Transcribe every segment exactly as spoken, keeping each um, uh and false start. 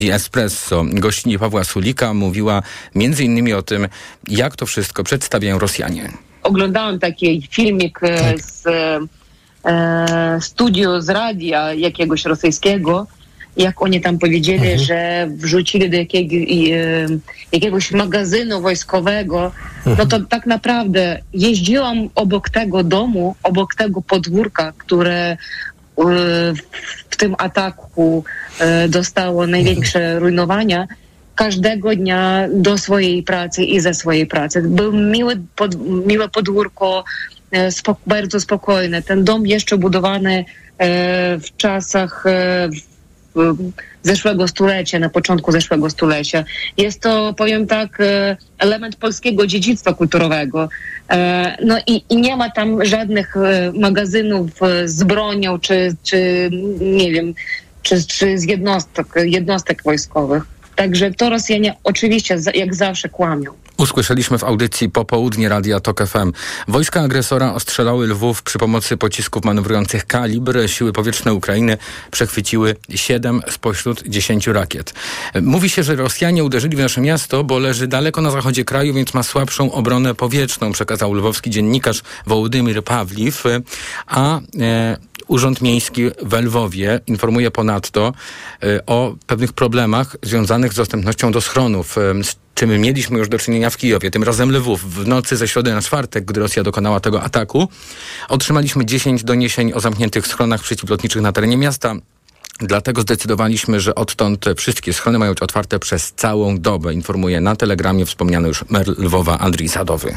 Espresso, gościni Pawła Sulika, mówiła między innymi o tym, jak to wszystko przedstawiają Rosjanie. Oglądałam taki filmik tak. z e, studiu z radia jakiegoś rosyjskiego, jak oni tam powiedzieli, mhm. że wrzucili do jakiego, e, jakiegoś magazynu wojskowego. Mhm. No to tak naprawdę jeździłam obok tego domu, obok tego podwórka, które w tym ataku dostało największe rujnowania, każdego dnia do swojej pracy i ze swojej pracy. Był miły pod, miłe podwórko, spok- bardzo spokojne. Ten dom jeszcze budowany w czasach zeszłego stulecia, na początku zeszłego stulecia. Jest to, powiem tak, element polskiego dziedzictwa kulturowego. No i, i nie ma tam żadnych magazynów z bronią, czy, czy nie wiem, czy, czy z jednostek, jednostek wojskowych. Także to Rosjanie oczywiście jak zawsze kłamią. Usłyszeliśmy w audycji Popołudnie Radia Tok F M. Wojska agresora ostrzelały Lwów przy pomocy pocisków manewrujących Kalibr. Siły powietrzne Ukrainy przechwyciły siedem spośród dziesięciu rakiet. Mówi się, że Rosjanie uderzyli w nasze miasto, bo leży daleko na zachodzie kraju, więc ma słabszą obronę powietrzną, przekazał lwowski dziennikarz Wołodymyr Pawliw. A e, Urząd Miejski w Lwowie informuje ponadto e, o pewnych problemach związanych z dostępnością do schronów, e, z czym mieliśmy już do czynienia w Kijowie, tym razem Lwów. W nocy ze środy na czwartek, gdy Rosja dokonała tego ataku, otrzymaliśmy dziesięć doniesień o zamkniętych schronach przeciwlotniczych na terenie miasta. Dlatego zdecydowaliśmy, że odtąd wszystkie schrony mają być otwarte przez całą dobę, informuje na telegramie wspomniany już mer Lwowa Andrii Sadowy.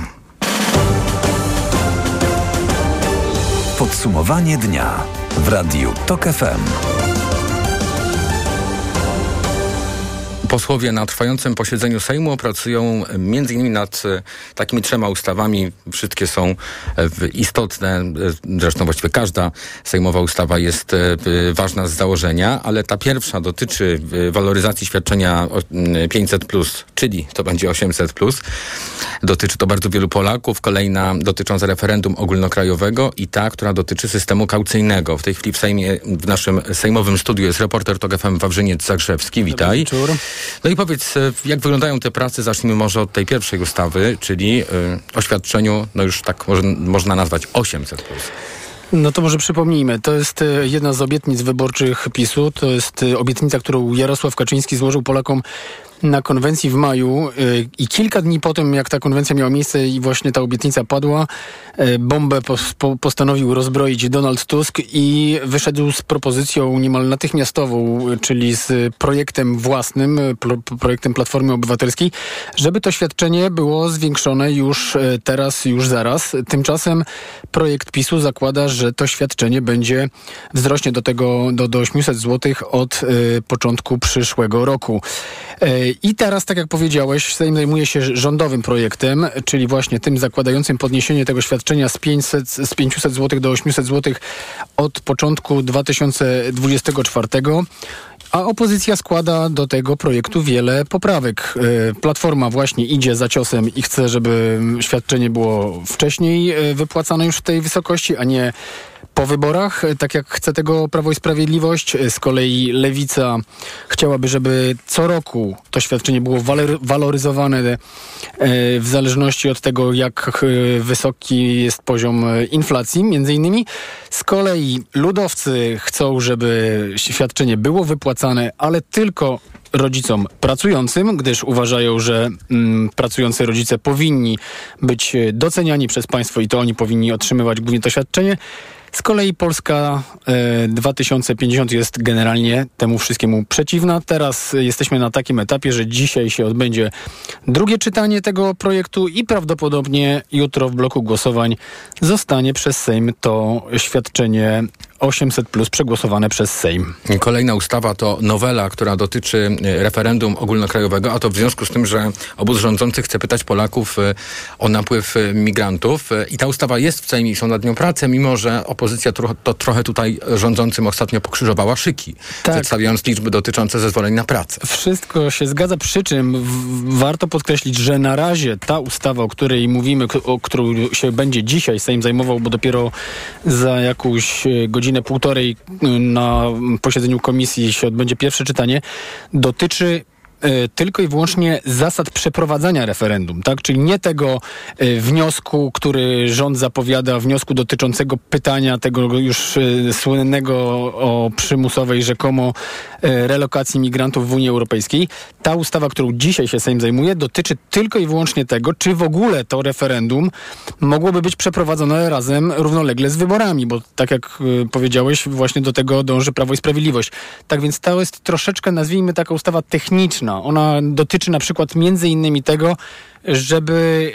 Podsumowanie dnia w Radiu Tok F M. Posłowie na trwającym posiedzeniu Sejmu pracują między innymi nad takimi trzema ustawami. Wszystkie są istotne, zresztą właściwie każda sejmowa ustawa jest ważna z założenia, ale ta pierwsza dotyczy waloryzacji świadczenia pięćset plus, czyli to będzie osiemset plus. Dotyczy to bardzo wielu Polaków. Kolejna dotycząca referendum ogólnokrajowego i ta, która dotyczy systemu kaucyjnego. W tej chwili w Sejmie, w naszym sejmowym studiu jest reporter Tok F M Wawrzyniec Zagrzewski. Witaj. Dobry wieczór. No i powiedz, jak wyglądają te prace? Zacznijmy może od tej pierwszej ustawy, czyli y, o świadczeniu, no już tak może, można nazwać osiemset plus. No to może przypomnijmy, to jest jedna z obietnic wyborczych PiSu, to jest obietnica, którą Jarosław Kaczyński złożył Polakom na konwencji w maju yy, i kilka dni po tym, jak ta konwencja miała miejsce i właśnie ta obietnica padła, yy, bombę pos, po, postanowił rozbroić Donald Tusk i wyszedł z propozycją niemal natychmiastową, yy, czyli z projektem własnym, pro, projektem Platformy Obywatelskiej, żeby to świadczenie było zwiększone już yy, teraz, już zaraz. Tymczasem projekt PiSu zakłada, że to świadczenie będzie wzrośnie do tego, do, do osiemset złotych od yy, początku przyszłego roku. Yy, I teraz, tak jak powiedziałeś, Sejm zajmuje się rządowym projektem, czyli właśnie tym zakładającym podniesienie tego świadczenia z, pięćset, z pięćset złotych do osiemset złotych od początku dwa tysiące dwudziestego czwartego. A opozycja składa do tego projektu wiele poprawek. Platforma właśnie idzie za ciosem i chce, żeby świadczenie było wcześniej wypłacane już w tej wysokości, a nie po wyborach, tak jak chce tego Prawo i Sprawiedliwość. Z kolei Lewica chciałaby, żeby co roku to świadczenie było waloryzowane w zależności od tego, jak wysoki jest poziom inflacji, między innymi. Z kolei ludowcy chcą, żeby świadczenie było wypłacane, ale tylko rodzicom pracującym, gdyż uważają, że mm, pracujący rodzice powinni być doceniani przez państwo i to oni powinni otrzymywać głównie to świadczenie. Z kolei Polska e, dwa tysiące pięćdziesiąt jest generalnie temu wszystkiemu przeciwna. Teraz jesteśmy na takim etapie, że dzisiaj się odbędzie drugie czytanie tego projektu i prawdopodobnie jutro w bloku głosowań zostanie przez Sejm to świadczenie osiemset plus przegłosowane przez Sejm. Kolejna ustawa to nowela, która dotyczy referendum ogólnokrajowego, a to w związku z tym, że obóz rządzący chce pytać Polaków o napływ migrantów i ta ustawa jest w Sejmie i są nad nią prace, mimo że opozycja tro, to trochę tutaj rządzącym ostatnio pokrzyżowała szyki, tak, przedstawiając liczby dotyczące zezwoleń na pracę. Wszystko się zgadza, przy czym w, warto podkreślić, że na razie ta ustawa, o której mówimy, o którą się będzie dzisiaj Sejm zajmował, bo dopiero za jakąś godzinę godzinę, półtorej na posiedzeniu komisji się odbędzie pierwsze czytanie, dotyczy tylko i wyłącznie zasad przeprowadzania referendum, tak? Czyli nie tego y, wniosku, który rząd zapowiada, wniosku dotyczącego pytania tego już y, słynnego o przymusowej rzekomo y, relokacji migrantów w Unii Europejskiej. Ta ustawa, którą dzisiaj się Sejm zajmuje, dotyczy tylko i wyłącznie tego, czy w ogóle to referendum mogłoby być przeprowadzone razem równolegle z wyborami, bo tak jak y, powiedziałeś, właśnie do tego dąży Prawo i Sprawiedliwość. Tak więc to jest troszeczkę, nazwijmy, taka ustawa techniczna. Ona dotyczy na przykład między innymi tego, żeby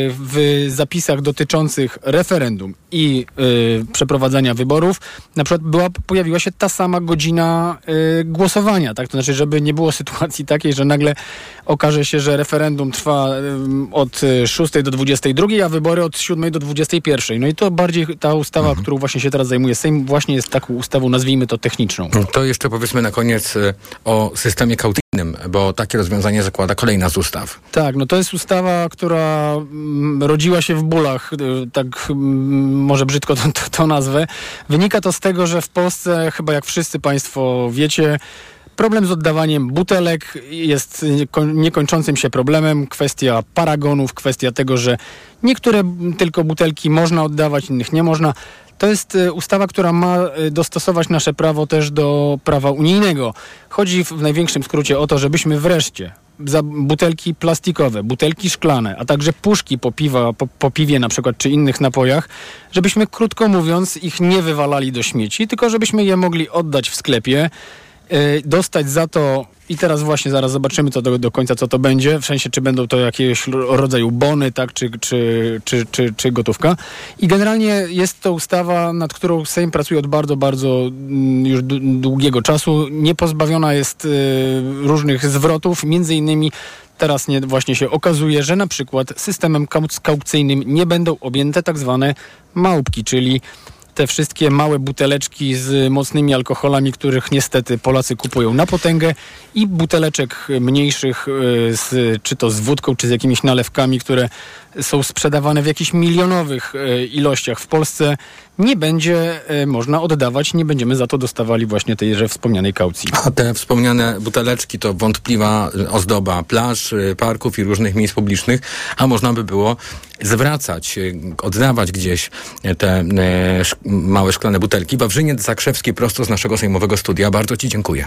w zapisach dotyczących referendum i y, przeprowadzania wyborów na przykład była, pojawiła się ta sama godzina y, głosowania, tak? To znaczy, żeby nie było sytuacji takiej, że nagle okaże się, że referendum trwa y, od szóstej do dwudziestej drugiej, a wybory od siódmej do dwudziestej pierwszej. No i to bardziej ta ustawa, mhm. którą właśnie się teraz zajmuje Sejm, właśnie jest taką ustawą, nazwijmy to techniczną. To jeszcze powiedzmy na koniec y, o systemie kaucyjnym, bo takie rozwiązanie zakłada kolejna z ustaw. Tak, no to jest ustawa, która mm, rodziła się w bólach, tak mm, może brzydko to, to, to nazwę. Wynika to z tego, że w Polsce, chyba jak wszyscy Państwo wiecie, problem z oddawaniem butelek jest niekończącym się problemem. Kwestia paragonów, kwestia tego, że niektóre tylko butelki można oddawać, innych nie można. To jest ustawa, która ma dostosować nasze prawo też do prawa unijnego. Chodzi w największym skrócie o to, żebyśmy wreszcie za butelki plastikowe, butelki szklane, a także puszki po, piwa, po, po piwie na przykład, czy innych napojach, żebyśmy krótko mówiąc ich nie wywalali do śmieci, tylko żebyśmy je mogli oddać w sklepie, yy, dostać za to, i teraz właśnie zaraz zobaczymy to do, do końca, co to będzie, w sensie, czy będą to jakiegoś rodzaju bony, tak, czy, czy, czy, czy, czy gotówka. I generalnie jest to ustawa, nad którą Sejm pracuje od bardzo, bardzo już długiego czasu. Niepozbawiona jest y, różnych zwrotów, między innymi teraz nie, właśnie się okazuje, że na przykład systemem kaucyjnym nie będą objęte tak zwane małpki, czyli te wszystkie małe buteleczki z mocnymi alkoholami, których niestety Polacy kupują na potęgę, i buteleczek mniejszych, z, czy to z wódką, czy z jakimiś nalewkami, które są sprzedawane w jakichś milionowych ilościach w Polsce, nie będzie można oddawać, nie będziemy za to dostawali właśnie tejże wspomnianej kaucji. A te wspomniane buteleczki to wątpliwa ozdoba plaż, parków i różnych miejsc publicznych, a można by było zwracać, oddawać gdzieś te e, sz- małe szklane butelki. Wawrzyniec Zakrzewski, prosto z naszego sejmowego studia. Bardzo Ci dziękuję.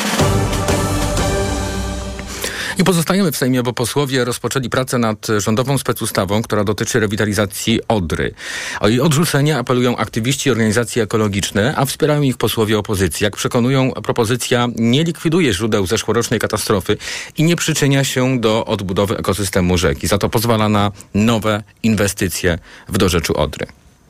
I pozostajemy w Sejmie, bo posłowie rozpoczęli pracę nad rządową specustawą, która dotyczy rewitalizacji Odry. O jej odrzucenie apelują aktywiści i organizacje ekologiczne, a wspierają ich posłowie opozycji. Jak przekonują, propozycja nie likwiduje źródeł zeszłorocznej katastrofy i nie przyczynia się do odbudowy ekosystemu rzeki. Za to pozwala na nowe inwestycje w dorzeczu Odry.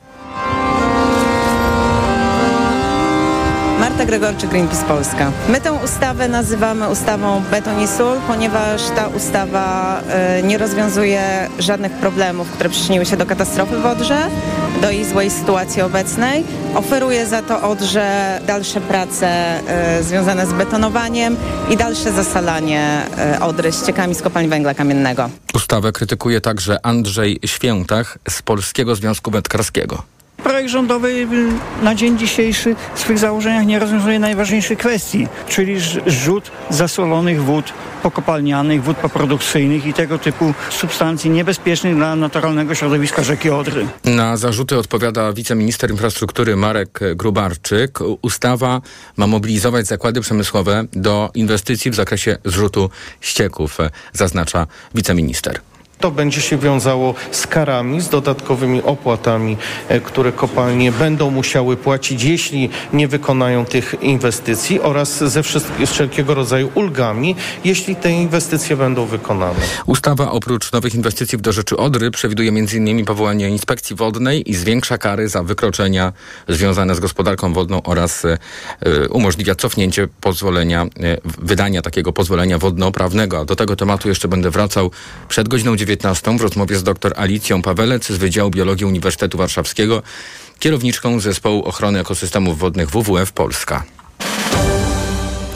Marta Gregorczyk, Greenpeace Polska. My tę ustawę nazywamy ustawą beton i sól, ponieważ ta ustawa y, nie rozwiązuje żadnych problemów, które przyczyniły się do katastrofy w Odrze, do jej złej sytuacji obecnej. Oferuje za to Odrze dalsze prace y, związane z betonowaniem i dalsze zasalanie y, Odry ściekami z kopalń węgla kamiennego. Ustawę krytykuje także Andrzej Świętach z Polskiego Związku Wędkarskiego. Projekt rządowy na dzień dzisiejszy w swych założeniach nie rozwiązuje najważniejszych kwestii, czyli zrzut zasolonych wód pokopalnianych, wód poprodukcyjnych i tego typu substancji niebezpiecznych dla naturalnego środowiska rzeki Odry. Na zarzuty odpowiada wiceminister infrastruktury Marek Grubarczyk. Ustawa ma mobilizować zakłady przemysłowe do inwestycji w zakresie zrzutu ścieków, zaznacza wiceminister. To będzie się wiązało z karami, z dodatkowymi opłatami, które kopalnie będą musiały płacić, jeśli nie wykonają tych inwestycji, oraz ze wszelkiego rodzaju ulgami, jeśli te inwestycje będą wykonane. Ustawa oprócz nowych inwestycji w dorzeczu Odry przewiduje m in powołanie inspekcji wodnej i zwiększa kary za wykroczenia związane z gospodarką wodną oraz y, umożliwia cofnięcie pozwolenia, y, wydania takiego pozwolenia wodnoprawnego. A do tego tematu jeszcze będę wracał przed godziną dziewiętnastą w rozmowie z dr Alicją Pawelec z Wydziału Biologii Uniwersytetu Warszawskiego, kierowniczką Zespołu Ochrony Ekosystemów Wodnych W W F Polska.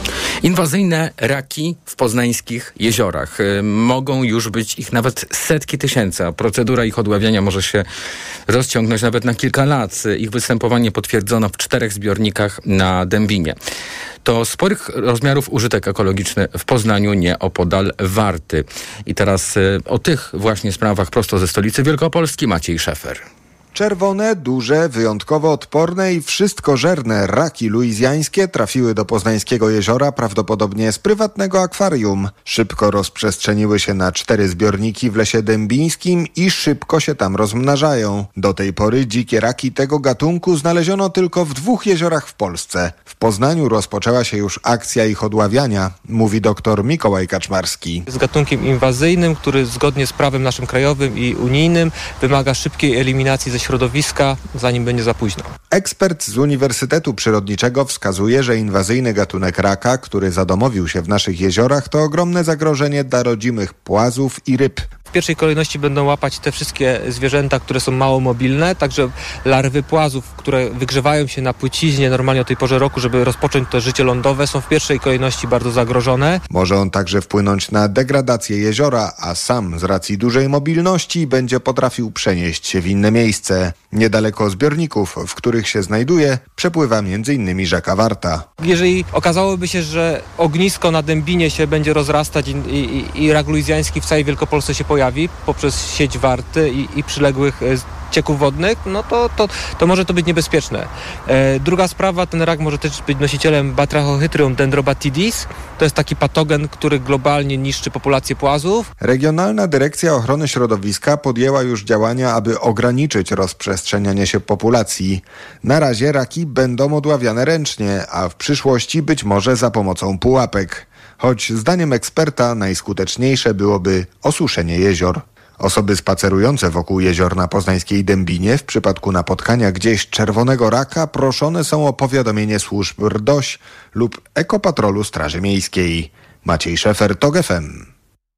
Inwazyjne raki w poznańskich jeziorach. Mogą już być ich nawet setki tysięcy, a procedura ich odławiania może się rozciągnąć nawet na kilka lat. Ich występowanie potwierdzono w czterech zbiornikach na Dębinie. To sporych rozmiarów użytek ekologiczny w Poznaniu, nieopodal Warty. I teraz y, o tych właśnie sprawach prosto ze stolicy Wielkopolski Maciej Szefer. Czerwone, duże, wyjątkowo odporne i wszystkożerne raki luizjańskie trafiły do poznańskiego jeziora prawdopodobnie z prywatnego akwarium. Szybko rozprzestrzeniły się na cztery zbiorniki w Lesie Dębińskim i szybko się tam rozmnażają. Do tej pory dzikie raki tego gatunku znaleziono tylko w dwóch jeziorach w Polsce. W Poznaniu rozpoczęła się już akcja ich odławiania, mówi dr Mikołaj Kaczmarski. Z gatunkiem inwazyjnym, który zgodnie z prawem naszym krajowym i unijnym wymaga szybkiej eliminacji ze środowiska, zanim będzie za późno. Ekspert z Uniwersytetu Przyrodniczego wskazuje, że inwazyjny gatunek raka, który zadomowił się w naszych jeziorach, to ogromne zagrożenie dla rodzimych płazów i ryb. W pierwszej kolejności będą łapać te wszystkie zwierzęta, które są mało mobilne, także larwy płazów, które wygrzewają się na płyciźnie normalnie o tej porze roku, żeby rozpocząć to życie lądowe, są w pierwszej kolejności bardzo zagrożone. Może on także wpłynąć na degradację jeziora, a sam z racji dużej mobilności będzie potrafił przenieść się w inne miejsce. Niedaleko zbiorników, w których się znajduje, przepływa między innymi rzeka Warta. Jeżeli okazałoby się, że ognisko na Dębinie się będzie rozrastać i, i, i rak luizjański w całej Wielkopolsce się pojawi poprzez sieć Warty i, i przyległych cieków wodnych, no to, to, to może to być niebezpieczne. E, druga sprawa, ten rak może też być nosicielem Batrachochytrium dendrobatidis. To jest taki patogen, który globalnie niszczy populację płazów. Regionalna Dyrekcja Ochrony Środowiska podjęła już działania, aby ograniczyć rozprzestrzenianie się populacji. Na razie raki będą odławiane ręcznie, a w przyszłości być może za pomocą pułapek. Choć zdaniem eksperta najskuteczniejsze byłoby osuszenie jezior. Osoby spacerujące wokół jezior na poznańskiej Dębinie w przypadku napotkania gdzieś czerwonego raka proszone są o powiadomienie służb R D O Ś lub Ekopatrolu Straży Miejskiej. Maciej Szefer, TOG F M.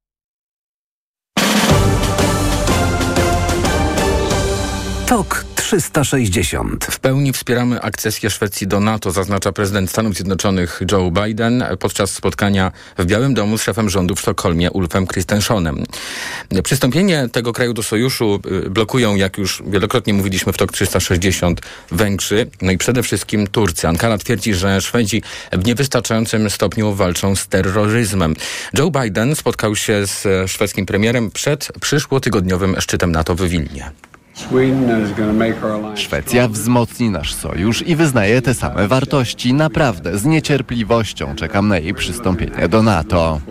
TOG trzysta sześćdziesiąt. W pełni wspieramy akcesję Szwecji do NATO, zaznacza prezydent Stanów Zjednoczonych Joe Biden podczas spotkania w Białym Domu z szefem rządu w Sztokholmie Ulfem Kristersonem. Przystąpienie tego kraju do sojuszu blokują, jak już wielokrotnie mówiliśmy w TOG trzysta sześćdziesiąt, Węgrzy, no i przede wszystkim Turcja. Ankara twierdzi, że Szwedzi w niewystarczającym stopniu walczą z terroryzmem. Joe Biden spotkał się z szwedzkim premierem przed przyszłotygodniowym szczytem NATO w Wilnie. Szwecja wzmocni nasz sojusz i wyznaje te same wartości. Naprawdę z niecierpliwością czekam na jej przystąpienie do NATO.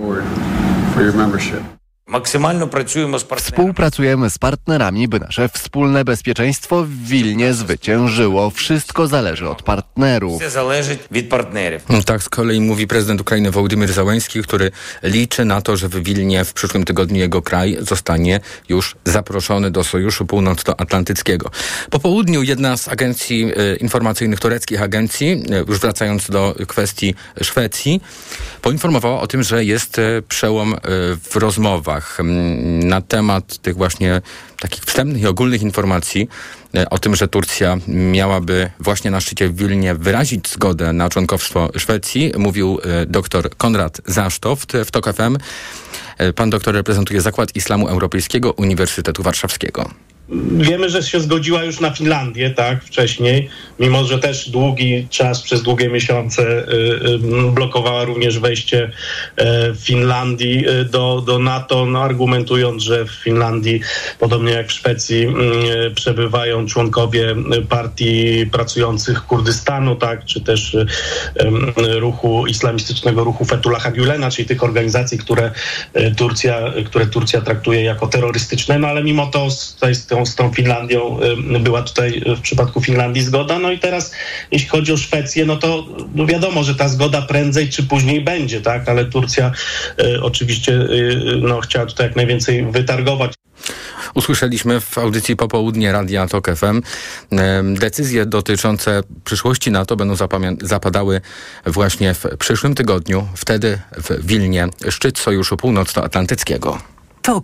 Współpracujemy z partnerami, by nasze wspólne bezpieczeństwo w Wilnie zwyciężyło. Wszystko zależy od partnerów. Tak z kolei mówi prezydent Ukrainy Wołodymyr Zełenski, który liczy na to, że w Wilnie w przyszłym tygodniu jego kraj zostanie już zaproszony do Sojuszu Północnoatlantyckiego. Po południu jedna z agencji e, informacyjnych, tureckich agencji, e, już wracając do kwestii Szwecji, poinformowała o tym, że jest e, przełom e, w rozmowach na temat tych właśnie takich wstępnych i ogólnych informacji o tym, że Turcja miałaby właśnie na szczycie w Wilnie wyrazić zgodę na członkostwo Szwecji, mówił dr Konrad Zasztoft w TOG F M. Pan doktor reprezentuje Zakład Islamu Europejskiego Uniwersytetu Warszawskiego. Wiemy, że się zgodziła już na Finlandię, tak, wcześniej, mimo że też długi czas, przez długie miesiące y, y, blokowała również wejście y, Finlandii do, do NATO, no, argumentując, że w Finlandii, podobnie jak w Szwecji, y, przebywają członkowie partii pracujących Kurdystanu, tak, czy też y, y, ruchu islamistycznego ruchu Fethullaha Gülena, czyli tych organizacji, które y, Turcja, które Turcja traktuje jako terrorystyczne, no ale mimo to tutaj z tą, z tą Finlandią y, była tutaj w przypadku Finlandii zgoda. No i teraz jeśli chodzi o Szwecję, no to no wiadomo, że ta zgoda prędzej czy później będzie, tak, ale Turcja y, oczywiście y, no, chciała tutaj jak najwięcej wytargować. Usłyszeliśmy w audycji Popołudnie Radia TOG F M. Decyzje dotyczące przyszłości NATO będą zapamię- zapadały właśnie w przyszłym tygodniu. Wtedy w Wilnie szczyt Sojuszu Północnoatlantyckiego. TOG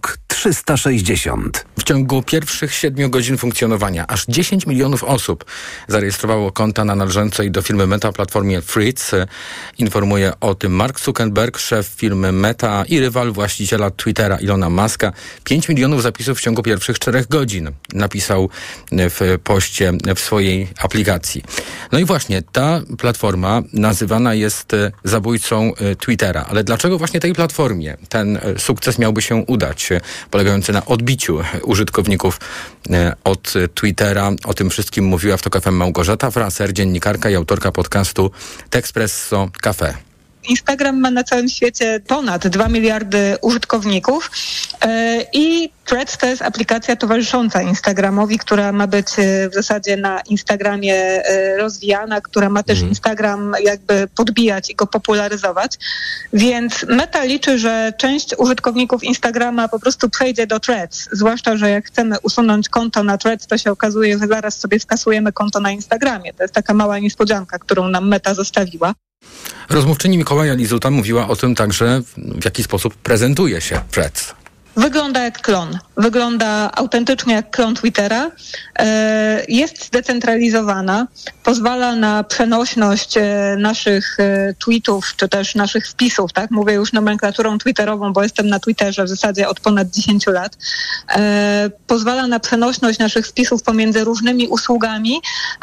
trzysta sześćdziesiąt. W ciągu pierwszych siedmiu godzin funkcjonowania aż dziesięć milionów osób zarejestrowało konta na należącej do firmy Meta platformie Threads. Informuje o tym Mark Zuckerberg, szef firmy Meta i rywal właściciela Twittera Ilona Muska. pięć milionów zapisów w ciągu pierwszych czterech godzin, napisał w poście w swojej aplikacji. No i właśnie ta platforma nazywana jest zabójcą Twittera. Ale dlaczego właśnie tej platformie ten sukces miałby się udać, polegający na odbiciu użytkowników od Twittera? O tym wszystkim mówiła w TOK F M Małgorzata Fraser, dziennikarka i autorka podcastu T'Expresso Café. Instagram ma na całym świecie ponad dwa miliardy użytkowników i Threads to jest aplikacja towarzysząca Instagramowi, która ma być w zasadzie na Instagramie rozwijana, która ma też Instagram jakby podbijać i go popularyzować. Więc Meta liczy, że część użytkowników Instagrama po prostu przejdzie do Threads. Zwłaszcza, że jak chcemy usunąć konto na Threads, to się okazuje, że zaraz sobie skasujemy konto na Instagramie. To jest taka mała niespodzianka, którą nam Meta zostawiła. Rozmówczyni Mikołaja Lizuta mówiła o tym także, w jaki sposób prezentuje się Threads. Wygląda jak klon. Wygląda autentycznie jak klon Twittera. Jest zdecentralizowana. Pozwala na przenośność naszych tweetów, czy też naszych wpisów, tak? Mówię już nomenklaturą twitterową, bo jestem na Twitterze w zasadzie od ponad dziesięć lat. Pozwala na przenośność naszych wpisów pomiędzy różnymi usługami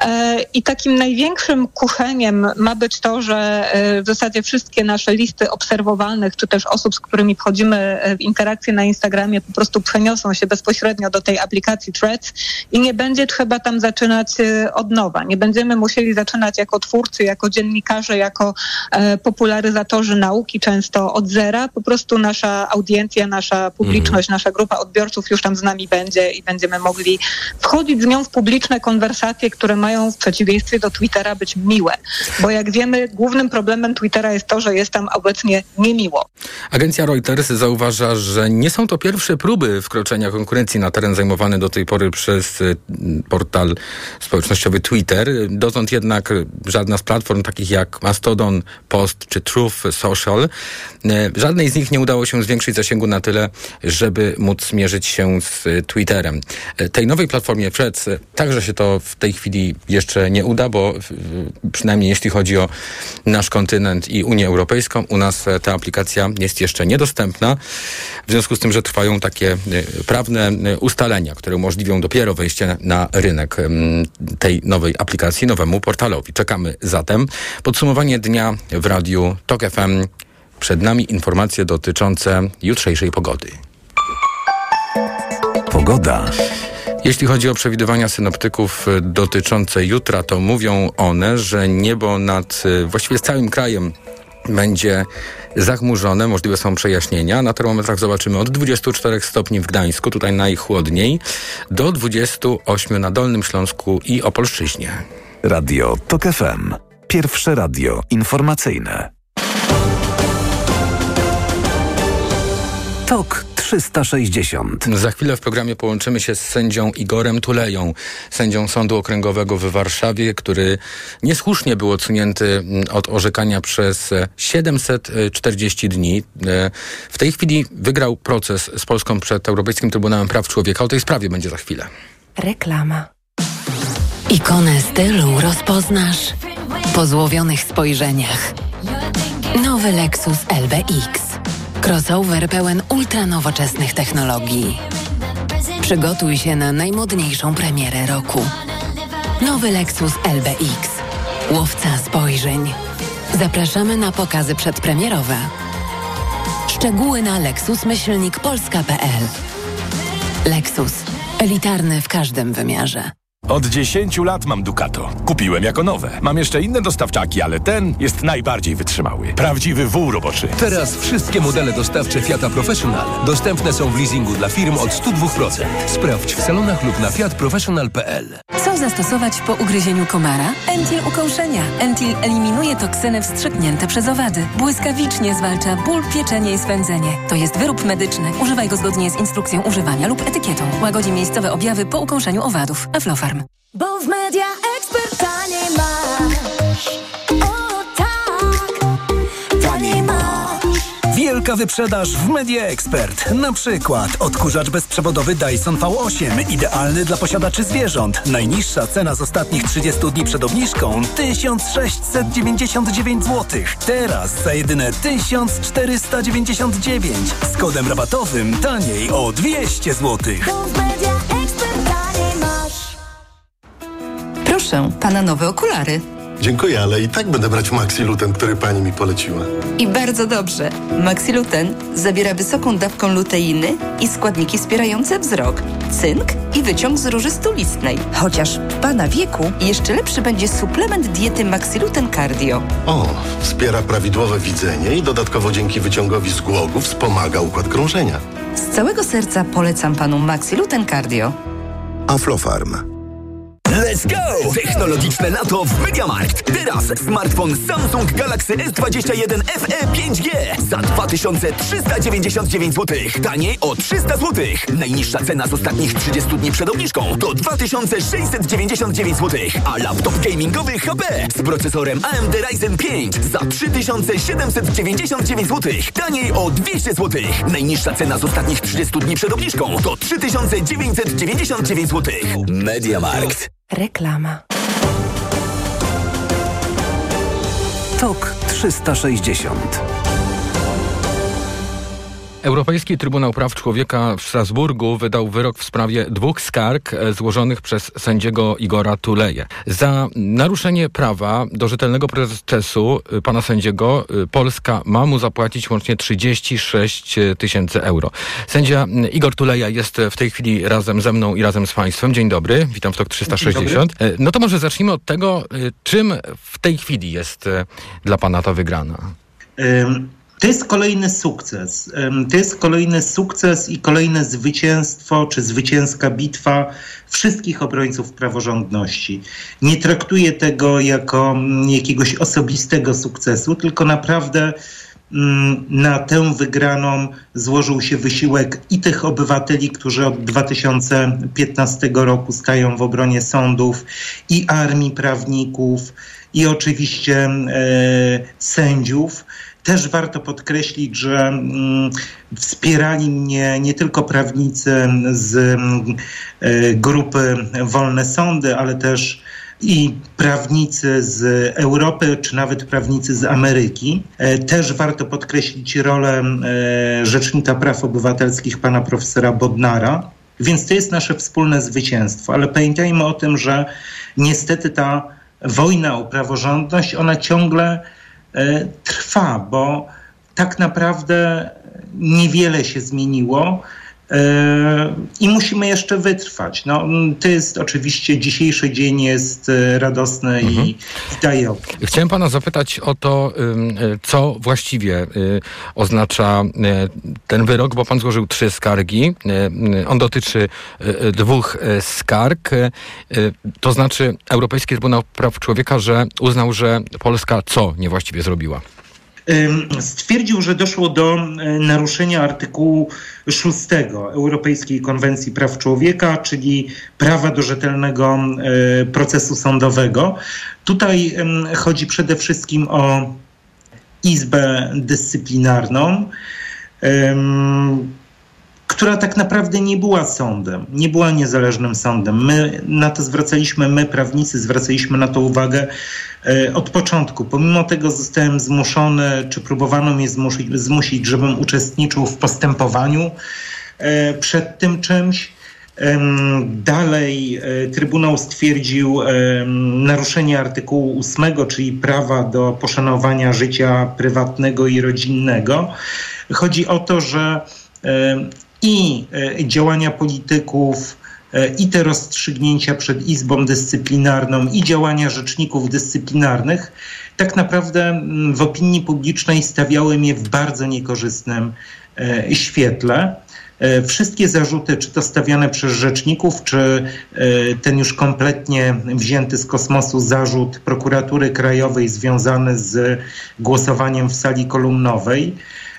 i takim największym kucheniem ma być to, że w zasadzie wszystkie nasze listy obserwowalnych, czy też osób, z którymi wchodzimy w interakcję na Instagramie, Instagramie po prostu przeniosą się bezpośrednio do tej aplikacji Threads i nie będzie trzeba tam zaczynać od nowa. Nie będziemy musieli zaczynać jako twórcy, jako dziennikarze, jako e, popularyzatorzy nauki często od zera. Po prostu nasza audiencja, nasza publiczność, mm. nasza grupa odbiorców już tam z nami będzie i będziemy mogli wchodzić z nią w publiczne konwersacje, które mają w przeciwieństwie do Twittera być miłe. Bo jak wiemy, głównym problemem Twittera jest to, że jest tam obecnie niemiło. Agencja Reuters zauważa, że nie są to pierwsze próby wkroczenia konkurencji na teren zajmowany do tej pory przez portal społecznościowy Twitter. Dotąd jednak żadna z platform takich jak Mastodon, Post czy Truth Social, żadnej z nich nie udało się zwiększyć zasięgu na tyle, żeby móc mierzyć się z Twitterem. Tej nowej platformie Threads także się to w tej chwili jeszcze nie uda, bo przynajmniej jeśli chodzi o nasz kontynent i Unię Europejską, u nas ta aplikacja jest jeszcze niedostępna. W związku z tym, że trwają takie prawne ustalenia, które umożliwią dopiero wejście na rynek tej nowej aplikacji, nowemu portalowi. Czekamy zatem. Podsumowanie dnia w radiu TOK F M. Przed nami informacje dotyczące jutrzejszej pogody. Pogoda. Jeśli chodzi o przewidywania synoptyków dotyczące jutra, to mówią one, że niebo nad właściwie całym krajem będzie zachmurzone, możliwe są przejaśnienia. Na termometrach zobaczymy od dwudziestu czterech stopni w Gdańsku, tutaj najchłodniej, do dwudziestu ośmiu na Dolnym Śląsku i Opolszczyźnie. Radio TOK F M. Pierwsze radio informacyjne. TOK trzysta sześćdziesiąt. Za chwilę w programie połączymy się z sędzią Igorem Tuleją, sędzią Sądu Okręgowego w Warszawie, który niesłusznie był odsunięty od orzekania przez siedemset czterdzieści dni. W tej chwili wygrał proces z Polską przed Europejskim Trybunałem Praw Człowieka. O tej sprawie będzie za chwilę. Reklama. Ikonę stylu rozpoznasz po złowionych spojrzeniach. Nowy Lexus L B X. Crossover pełen ultranowoczesnych technologii. Przygotuj się na najmodniejszą premierę roku. Nowy Lexus L B X. Łowca spojrzeń. Zapraszamy na pokazy przedpremierowe. Szczegóły na lexus myślnik polska kropka p l. Lexus. Elitarny w każdym wymiarze. Od dziesięciu lat mam Ducato. Kupiłem jako nowe. Mam jeszcze inne dostawczaki, ale ten jest najbardziej wytrzymały. Prawdziwy wół roboczy. Teraz wszystkie modele dostawcze Fiata Professional dostępne są w leasingu dla firm od sto dwa procent. Sprawdź w salonach lub na fiat professional kropka p l. Co zastosować po ugryzieniu komara? Entil ukąszenia. Entil eliminuje toksyny wstrzyknięte przez owady. Błyskawicznie zwalcza ból, pieczenie i swędzenie. To jest wyrób medyczny. Używaj go zgodnie z instrukcją używania lub etykietą. Łagodzi miejscowe objawy po ukąszeniu owadów. Aflofarm. Bo w Media Expert taniej masz. O tak, taniej masz. Wielka Wielka wyprzedaż w Media Expert. Na przykład odkurzacz bezprzewodowy Dyson V osiem, idealny dla posiadaczy zwierząt. Najniższa cena z ostatnich trzydziestu dni przed obniżką tysiąc sześćset dziewięćdziesiąt dziewięć złotych. Teraz za jedyne tysiąc czterysta dziewięćdziesiąt dziewięć. Z kodem rabatowym taniej o dwieście złotych. Proszę, pana nowe okulary. Dziękuję, ale i tak będę brać Maxiluten, który pani mi poleciła. I bardzo dobrze. Maxiluten zawiera wysoką dawką luteiny i składniki wspierające wzrok, cynk i wyciąg z róży stulistnej. Chociaż w pana wieku jeszcze lepszy będzie suplement diety Maxiluten Cardio. O, wspiera prawidłowe widzenie i dodatkowo dzięki wyciągowi z głogu wspomaga układ krążenia. Z całego serca polecam panu Maxiluten Cardio. Aflofarm. Let's go! Technologiczne lato w MediaMarkt. Teraz smartfon Samsung Galaxy S dwadzieścia jeden F E pięć G za dwa tysiące trzysta dziewięćdziesiąt dziewięć złotych. Taniej o trzysta złotych. Najniższa cena z ostatnich trzydziestu dni przed obniżką to dwa tysiące sześćset dziewięćdziesiąt dziewięć złotych. A laptop gamingowy H P z procesorem A M D Ryzen pięć za trzy tysiące siedemset dziewięćdziesiąt dziewięć złotych. Taniej o dwieście złotych. Najniższa cena z ostatnich trzydziestu dni przed obniżką to trzy tysiące dziewięćset dziewięćdziesiąt dziewięć złotych. MediaMarkt. Reklama. Tok trzysta sześćdziesiąt. Europejski Trybunał Praw Człowieka w Strasburgu wydał wyrok w sprawie dwóch skarg złożonych przez sędziego Igora Tuleję. Za naruszenie prawa do rzetelnego procesu pana sędziego Polska ma mu zapłacić łącznie trzydzieści sześć tysięcy euro. Sędzia Igor Tuleja jest w tej chwili razem ze mną i razem z państwem. Dzień dobry, witam w Tok trzysta sześćdziesiąt. No to może zacznijmy od tego, czym w tej chwili jest dla pana ta wygrana. Um. To jest kolejny sukces. To jest kolejny sukces i kolejne zwycięstwo, czy zwycięska bitwa wszystkich obrońców praworządności. Nie traktuję tego jako jakiegoś osobistego sukcesu, tylko naprawdę na tę wygraną złożył się wysiłek i tych obywateli, którzy od dwa tysiące piętnastego roku stają w obronie sądów, i armii prawników, i oczywiście e, sędziów. Też warto podkreślić, że mm, wspierali mnie nie tylko prawnicy z y, grupy Wolne Sądy, ale też i prawnicy z Europy, czy nawet prawnicy z Ameryki. E, też warto podkreślić rolę e, Rzecznika Praw Obywatelskich pana profesora Bodnara. Więc to jest nasze wspólne zwycięstwo. Ale pamiętajmy o tym, że niestety ta wojna o praworządność, ona ciągle trwa, bo tak naprawdę niewiele się zmieniło i musimy jeszcze wytrwać. No, to jest oczywiście, dzisiejszy dzień jest radosny mhm. i daje opór. Chciałem pana zapytać o to, co właściwie oznacza ten wyrok, bo pan złożył trzy skargi. On dotyczy dwóch skarg. To znaczy Europejski Trybunał Praw Człowieka, że uznał, że Polska co niewłaściwie zrobiła? Stwierdził, że doszło do naruszenia artykułu szóstego Europejskiej Konwencji Praw Człowieka, czyli prawa do rzetelnego procesu sądowego. Tutaj chodzi przede wszystkim o Izbę Dyscyplinarną, która tak naprawdę nie była sądem, nie była niezależnym sądem. My na to zwracaliśmy, my prawnicy zwracaliśmy na to uwagę e, od początku. Pomimo tego zostałem zmuszony, czy próbowano mnie zmusić, zmusić żebym uczestniczył w postępowaniu e, przed tym czymś. E, dalej e, Trybunał stwierdził e, naruszenie artykułu ósmego, czyli prawa do poszanowania życia prywatnego i rodzinnego. Chodzi o to, że e, i działania polityków, i te rozstrzygnięcia przed Izbą Dyscyplinarną, i działania rzeczników dyscyplinarnych tak naprawdę w opinii publicznej stawiały mnie w bardzo niekorzystnym świetle. Wszystkie zarzuty, czy to stawiane przez rzeczników, czy ten już kompletnie wzięty z kosmosu zarzut Prokuratury Krajowej związany z głosowaniem w sali kolumnowej,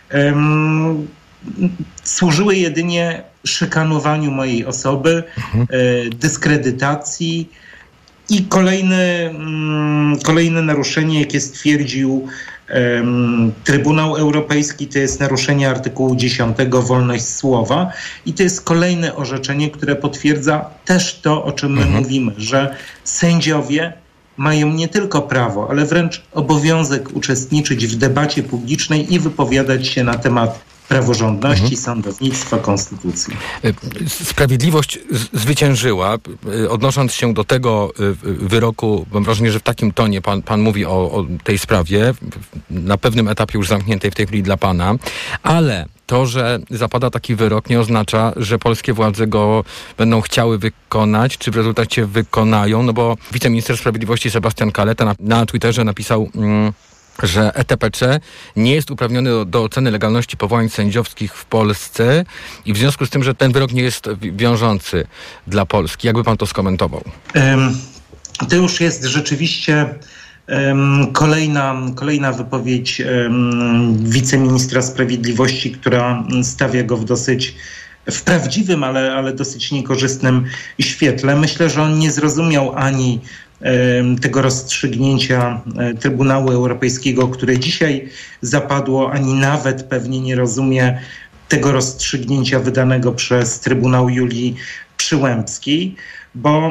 służyły jedynie szykanowaniu mojej osoby, mhm. dyskredytacji I kolejny, kolejne naruszenie, jakie stwierdził Trybunał Europejski, to jest naruszenie artykułu dziesiątego, wolność słowa, i to jest kolejne orzeczenie, które potwierdza też to, o czym my mhm. mówimy, że sędziowie mają nie tylko prawo, ale wręcz obowiązek uczestniczyć w debacie publicznej i wypowiadać się na temat praworządności, mhm. sądownictwa, konstytucji. Sprawiedliwość zwyciężyła. Odnosząc się do tego wyroku, mam wrażenie, że w takim tonie pan, pan mówi o, o tej sprawie, na pewnym etapie już zamkniętej w tej chwili dla pana, ale to, że zapada taki wyrok, nie oznacza, że polskie władze go będą chciały wykonać, czy w rezultacie wykonają, no bo wiceminister sprawiedliwości Sebastian Kaleta na, na Twitterze napisał... Mm, że E T P C nie jest uprawniony do, do oceny legalności powołań sędziowskich w Polsce i w związku z tym, że ten wyrok nie jest wiążący dla Polski. Jakby pan to skomentował? Um, to już jest rzeczywiście um, kolejna, kolejna wypowiedź um, wiceministra sprawiedliwości, która stawia go w dosyć w prawdziwym, ale, ale dosyć niekorzystnym świetle. Myślę, że on nie zrozumiał ani tego rozstrzygnięcia Trybunału Europejskiego, które dzisiaj zapadło, ani nawet pewnie nie rozumie tego rozstrzygnięcia wydanego przez Trybunał Julii Przyłębskiej, bo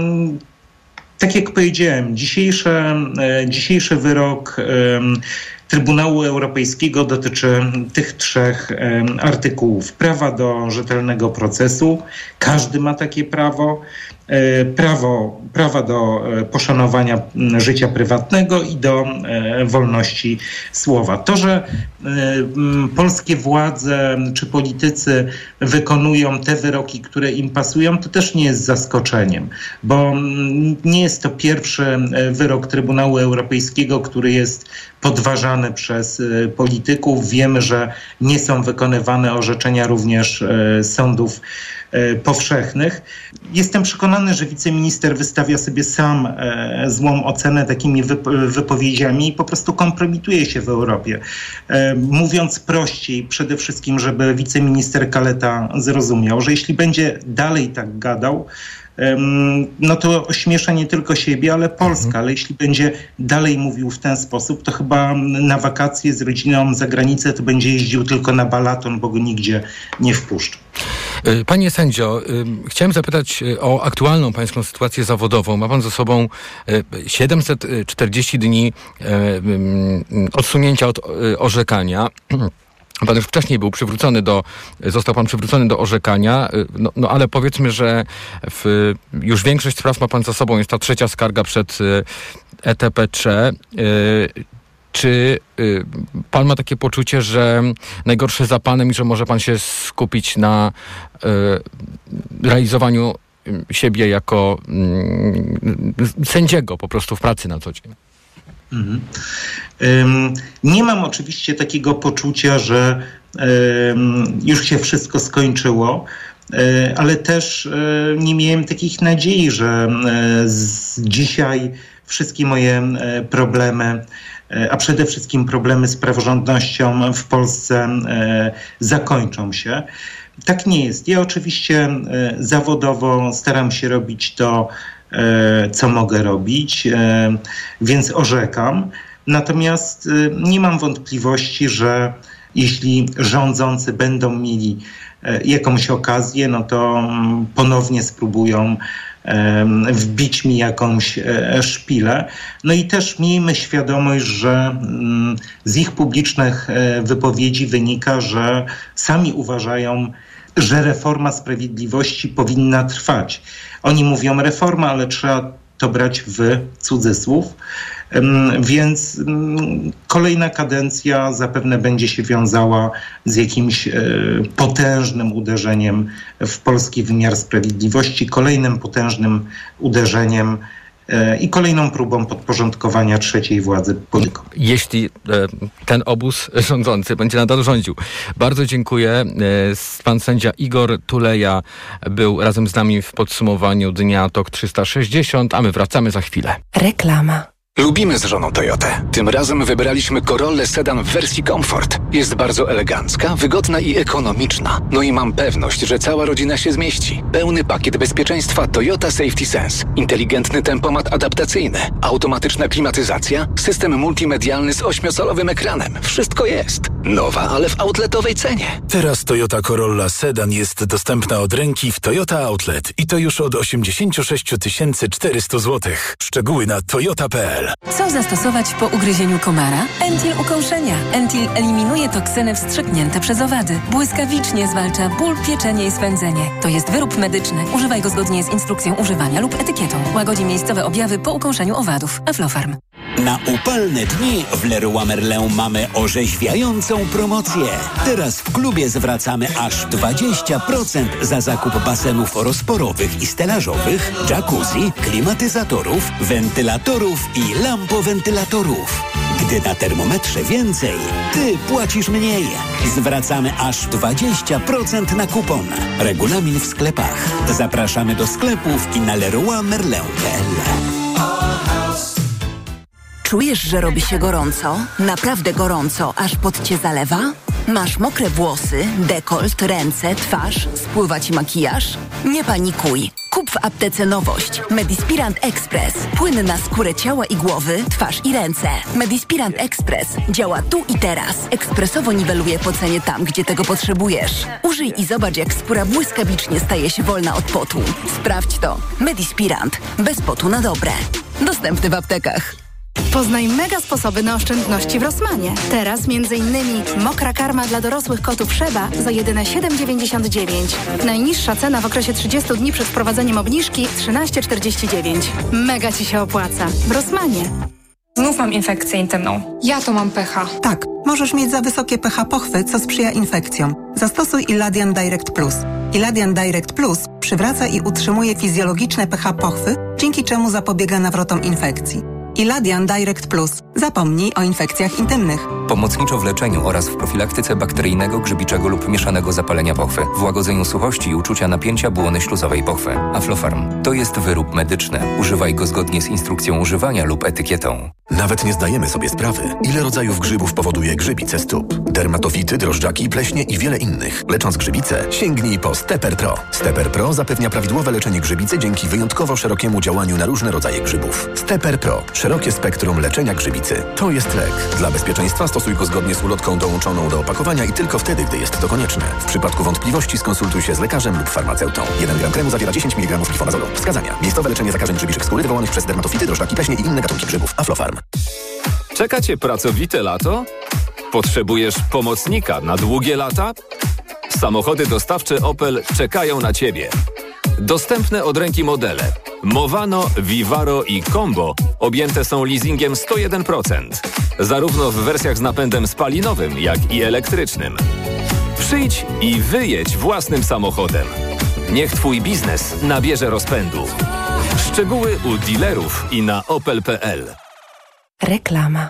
tak jak powiedziałem, dzisiejszy, dzisiejszy wyrok Trybunału Europejskiego dotyczy tych trzech artykułów. Prawa do rzetelnego procesu, każdy ma takie prawo, prawo, prawa do poszanowania życia prywatnego i do wolności słowa. To, że polskie władze czy politycy wykonują te wyroki, które im pasują, to też nie jest zaskoczeniem, bo nie jest to pierwszy wyrok Trybunału Europejskiego, który jest podważany przez polityków. Wiemy, że nie są wykonywane orzeczenia również sądów powszechnych. Jestem przekonany, że wiceminister wystawia sobie sam złą ocenę takimi wypowiedziami i po prostu kompromituje się w Europie. Mówiąc prościej, przede wszystkim, żeby wiceminister Kaleta zrozumiał, że jeśli będzie dalej tak gadał, no to ośmiesza nie tylko siebie, ale Polskę. Ale jeśli będzie dalej mówił w ten sposób, to chyba na wakacje z rodziną za granicę to będzie jeździł tylko na Balaton, bo go nigdzie nie wpuszczą. Panie sędzio, chciałem zapytać o aktualną pańską sytuację zawodową. Ma pan za sobą siedemset czterdzieści dni odsunięcia od orzekania. Pan już wcześniej był przywrócony do, został pan przywrócony do orzekania, no, no ale powiedzmy, że w, już większość spraw ma pan za sobą, jest ta trzecia skarga przed E T P C. Czy pan ma takie poczucie, że najgorsze za panem i że może pan się skupić na realizowaniu siebie jako sędziego po prostu w pracy na co dzień? Mhm. Um, nie mam oczywiście takiego poczucia, że um, już się wszystko skończyło, um, ale też um, nie miałem takich nadziei, że um, z dzisiaj wszystkie moje um, problemy, um, a przede wszystkim problemy z praworządnością w Polsce um, zakończą się. Tak nie jest. Ja oczywiście um, zawodowo staram się robić to, co mogę robić, więc orzekam. Natomiast nie mam wątpliwości, że jeśli rządzący będą mieli jakąś okazję, no to ponownie spróbują wbić mi jakąś szpilę. No i też miejmy świadomość, że z ich publicznych wypowiedzi wynika, że sami uważają, że reforma sprawiedliwości powinna trwać. Oni mówią reforma, ale trzeba to brać w cudzysłów. Więc kolejna kadencja zapewne będzie się wiązała z jakimś potężnym uderzeniem w polski wymiar sprawiedliwości, kolejnym potężnym uderzeniem i kolejną próbą podporządkowania trzeciej władzy politykom. Jeśli e, ten obóz rządzący będzie nadal rządził. Bardzo dziękuję. E, pan sędzia Igor Tuleja był razem z nami w podsumowaniu dnia Tok trzysta sześćdziesiąt, a my wracamy za chwilę. Reklama. Lubimy z żoną Toyotę. Tym razem wybraliśmy Corollę Sedan w wersji Comfort. Jest bardzo elegancka, wygodna i ekonomiczna. No i mam pewność, że cała rodzina się zmieści. Pełny pakiet bezpieczeństwa Toyota Safety Sense. Inteligentny tempomat adaptacyjny. Automatyczna klimatyzacja. System multimedialny z ośmiocalowym ekranem. Wszystko jest. Nowa, ale w outletowej cenie. Teraz Toyota Corolla Sedan jest dostępna od ręki w Toyota Outlet. I to już od osiemdziesiąt sześć tysięcy czterysta złotych. Szczegóły na toyota kropka p l. Co zastosować po ugryzieniu komara? Entil ukąszenia. Entil eliminuje toksyny wstrzyknięte przez owady. Błyskawicznie zwalcza ból, pieczenie i swędzenie. To jest wyrób medyczny. Używaj go zgodnie z instrukcją używania lub etykietą. Łagodzi miejscowe objawy po ukąszeniu owadów. Aflofarm. Na upalne dni w Leroy Merlin mamy orzeźwiającą promocję. Teraz w klubie zwracamy aż dwadzieścia procent za zakup basenów rozporowych i stelażowych, jacuzzi, klimatyzatorów, wentylatorów i lampowentylatorów. Gdy na termometrze więcej, ty płacisz mniej. Zwracamy aż dwadzieścia procent na kupon. Regulamin w sklepach. Zapraszamy do sklepów i na leroy merlin kropka p l. Czujesz, że robi się gorąco? Naprawdę gorąco, aż pot cię zalewa? Masz mokre włosy, dekolt, ręce, twarz, spływa ci makijaż? Nie panikuj. Kup w aptece nowość. Medispirant Express. Płyn na skórę ciała i głowy, twarz i ręce. Medispirant Express działa tu i teraz. Ekspresowo niweluje pocenie tam, gdzie tego potrzebujesz. Użyj i zobacz, jak skóra błyskawicznie staje się wolna od potu. Sprawdź to. Medispirant. Bez potu na dobre. Dostępny w aptekach. Poznaj mega sposoby na oszczędności w Rossmanie. Teraz między innymi mokra karma dla dorosłych kotów Sheba za jedyne siedem dziewięćdziesiąt dziewięć. Najniższa cena w okresie trzydziestu dni przed wprowadzeniem obniżki trzynaście czterdzieści dziewięć. Mega ci się opłaca. W Rossmanie. Znów mam infekcję intymną. Ja to mam pH. Tak, możesz mieć za wysokie pH pochwy, co sprzyja infekcjom. Zastosuj Iladian Direct Plus. Iladian Direct Plus przywraca i utrzymuje fizjologiczne pH pochwy, dzięki czemu zapobiega nawrotom infekcji. Iladian Direct Plus. Zapomnij o infekcjach intymnych. Pomocniczo w leczeniu oraz w profilaktyce bakteryjnego, grzybiczego lub mieszanego zapalenia pochwy, w łagodzeniu suchości i uczucia napięcia błony śluzowej pochwy. Aflofarm to jest wyrób medyczny. Używaj go zgodnie z instrukcją używania lub etykietą. Nawet nie zdajemy sobie sprawy, ile rodzajów grzybów powoduje grzybice stóp. Dermatofity, drożdżaki, pleśnie i wiele innych. Lecząc grzybice, sięgnij po Stepper Pro. Stepper Pro zapewnia prawidłowe leczenie grzybicy dzięki wyjątkowo szerokiemu działaniu na różne rodzaje grzybów. Stepper Pro. Szerokie spektrum leczenia grzybicy. To jest lek. Dla bezpieczeństwa stosuj go zgodnie z ulotką dołączoną do opakowania i tylko wtedy, gdy jest to konieczne. W przypadku wątpliwości skonsultuj się z lekarzem lub farmaceutą. jeden gram kremu zawiera dziesięć miligramów glifonazolu. Wskazania. Miejscowe leczenie zakażeń grzybiczych skóry wywołanych przez dermatofity, drożdżaki, pleśnie i inne gatunki grzybów. Aflofarm. Czeka cię pracowite lato? Potrzebujesz pomocnika na długie lata? Samochody dostawcze Opel czekają na ciebie. Dostępne od ręki modele Movano, Vivaro i Combo objęte są leasingiem sto jeden procent. Zarówno w wersjach z napędem spalinowym, jak i elektrycznym. Przyjdź i wyjedź własnym samochodem. Niech twój biznes nabierze rozpędu. Szczegóły u dealerów i na opel kropka p l. Reklama.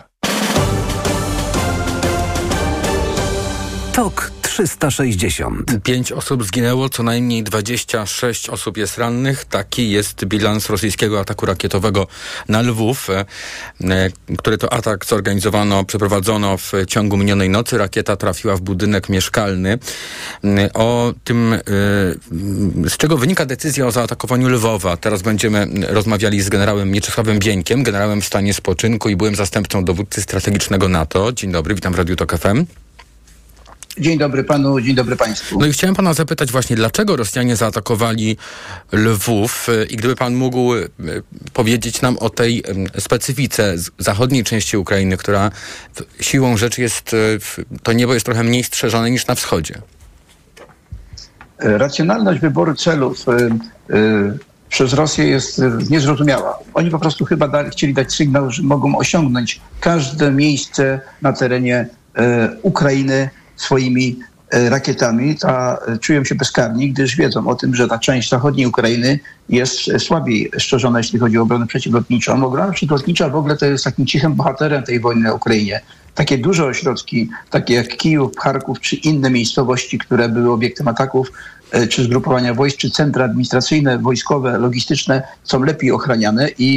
Tok trzysta sześćdziesiąt. Pięć osób zginęło, co najmniej dwadzieścia sześć osób jest rannych. Taki jest bilans rosyjskiego ataku rakietowego na Lwów, e, który to atak zorganizowano, przeprowadzono w ciągu minionej nocy. Rakieta trafiła w budynek mieszkalny. E, o tym, e, z czego wynika decyzja o zaatakowaniu Lwowa. Teraz będziemy rozmawiali z generałem Mieczysławem Bieńkiem, generałem w stanie spoczynku i byłym zastępcą dowódcy strategicznego NATO. Dzień dobry, witam w Radiu Tok F M. Dzień dobry panu, dzień dobry państwu. No i chciałem pana zapytać właśnie, dlaczego Rosjanie zaatakowali Lwów i gdyby pan mógł powiedzieć nam o tej specyfice zachodniej części Ukrainy, która siłą rzeczy jest, to niebo jest trochę mniej strzeżone niż na wschodzie. Racjonalność wyboru celów y, y, przez Rosję jest niezrozumiała. Oni po prostu chyba dali, chcieli dać sygnał, że mogą osiągnąć każde miejsce na terenie y, Ukrainy swoimi rakietami, a czują się bezkarni, gdyż wiedzą o tym, że ta część zachodniej Ukrainy jest słabiej strzeżona, jeśli chodzi o obronę przeciwlotniczą. Obrona przeciwlotnicza w ogóle to jest takim cichym bohaterem tej wojny na Ukrainie. Takie duże ośrodki, takie jak Kijów, Charków, czy inne miejscowości, które były obiektem ataków, czy zgrupowania wojsk, czy centra administracyjne, wojskowe, logistyczne, są lepiej ochraniane i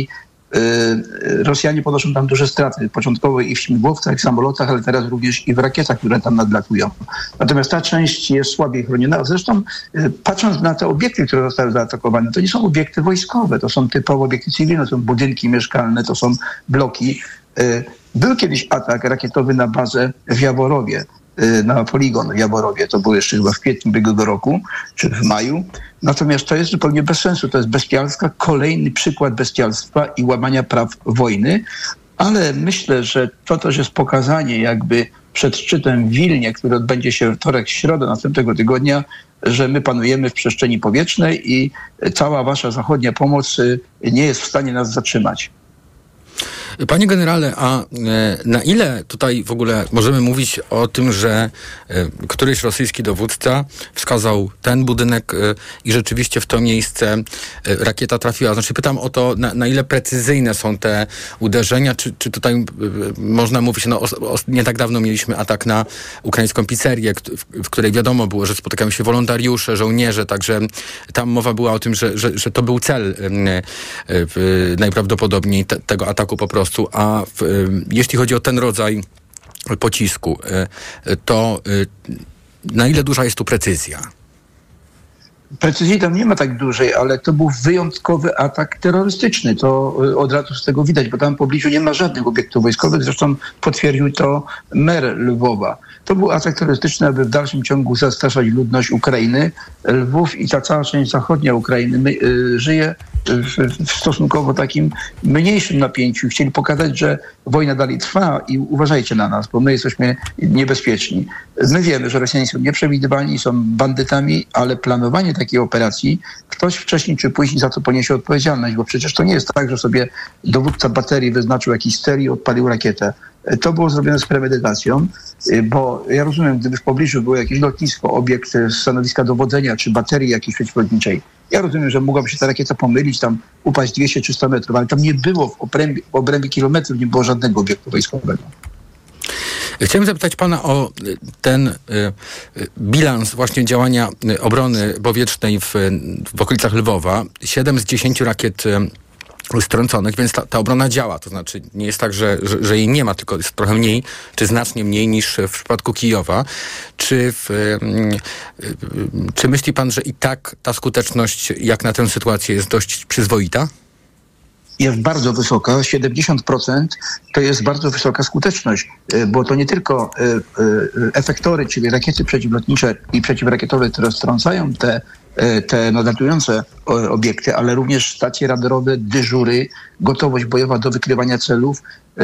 Rosjanie ponoszą tam duże straty, początkowo i w śmigłowcach, i w samolotach, ale teraz również i w rakietach, które tam nadlatują. Natomiast ta część jest słabiej chroniona. Zresztą patrząc na te obiekty, które zostały zaatakowane, to nie są obiekty wojskowe, to są typowo obiekty cywilne, to są budynki mieszkalne, to są bloki. Był kiedyś atak rakietowy na bazę w Jaworowie, na poligon w Jaworowie. To było jeszcze chyba w kwietniu ubiegłego roku, czy w maju. Natomiast to jest zupełnie bez sensu. To jest bestialska, kolejny przykład bestialstwa i łamania praw wojny. Ale myślę, że to też jest pokazanie jakby przed szczytem w Wilnie, który odbędzie się we wtorek, środę następnego tygodnia, że my panujemy w przestrzeni powietrznej i cała wasza zachodnia pomoc nie jest w stanie nas zatrzymać. Panie generale, a na ile tutaj w ogóle możemy mówić o tym, że któryś rosyjski dowódca wskazał ten budynek i rzeczywiście w to miejsce rakieta trafiła? Znaczy pytam o to, na, na ile precyzyjne są te uderzenia, czy, czy tutaj można mówić, no o, o, nie tak dawno mieliśmy atak na ukraińską pizzerię, w, w której wiadomo było, że spotykają się wolontariusze, żołnierze, także tam mowa była o tym, że, że, że to był cel najprawdopodobniej te, tego ataku po prostu. A w, jeśli chodzi o ten rodzaj pocisku, to na ile duża jest tu precyzja? Precyzji tam nie ma tak dużej, ale to był wyjątkowy atak terrorystyczny. To od razu z tego widać, bo tam w pobliżu nie ma żadnych obiektów wojskowych. Zresztą potwierdził to mer Lwowa. To był atak terrorystyczny, aby w dalszym ciągu zastraszać ludność Ukrainy. Lwów i ta cała część zachodnia Ukrainy my, y, żyje w, w stosunkowo takim mniejszym napięciu. Chcieli pokazać, że wojna dalej trwa i uważajcie na nas, bo my jesteśmy niebezpieczni. My wiemy, że Rosjanie są nieprzewidywalni, są bandytami, ale planowanie takiej operacji, ktoś wcześniej czy później za to poniesie odpowiedzialność, bo przecież to nie jest tak, że sobie dowódca baterii wyznaczył jakiś cel i odpalił rakietę. To było zrobione z premedytacją, bo ja rozumiem, gdyby w pobliżu było jakieś lotnisko, obiekt stanowiska dowodzenia czy baterii jakiejś przeciwlotniczej, ja rozumiem, że mogłaby się ta rakieta pomylić, tam upaść dwieście trzysta metrów, ale tam nie było w obrębie, w obrębie kilometrów, nie było żadnego obiektu wojskowego. Chciałem zapytać pana o ten y, bilans właśnie działania obrony powietrznej w, w okolicach Lwowa. Siedem z dziesięciu rakiet y, strąconych, więc ta, ta obrona działa. To znaczy nie jest tak, że, że, że jej nie ma, tylko jest trochę mniej, czy znacznie mniej niż w przypadku Kijowa. Czy, w, y, y, czy myśli pan, że i tak ta skuteczność jak na tę sytuację jest dość przyzwoita? Jest bardzo wysoka, siedemdziesiąt procent to jest bardzo wysoka skuteczność, bo to nie tylko efektory, czyli rakiety przeciwlotnicze i przeciwrakietowe, które strącają te, te nadlatujące obiekty, ale również stacje radarowe, dyżury, gotowość bojowa do wykrywania celów,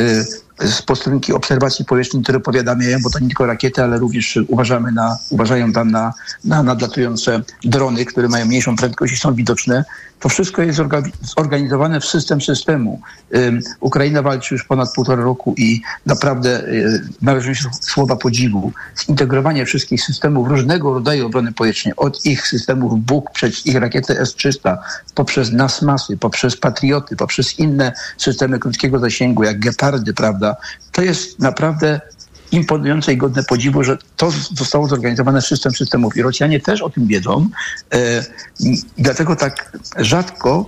z posterunki obserwacji powietrznej, które powiadamiają, bo to nie tylko rakiety, ale również uważamy na, uważają tam na, na nadlatujące drony, które mają mniejszą prędkość i są widoczne. To wszystko jest zorganizowane w system systemu. Um, Ukraina walczy już ponad półtora roku i naprawdę um, należą się słowa podziwu. Zintegrowanie wszystkich systemów różnego rodzaju obrony powietrznej, od ich systemów Buk, przez ich rakiety S trzysta, poprzez NASMASy, poprzez Patrioty, poprzez inne systemy krótkiego zasięgu, jak Gepardy, prawda? To jest naprawdę imponujące i godne podziwu, że to zostało zorganizowane w system systemów. I Rosjanie też o tym wiedzą. E, dlatego tak rzadko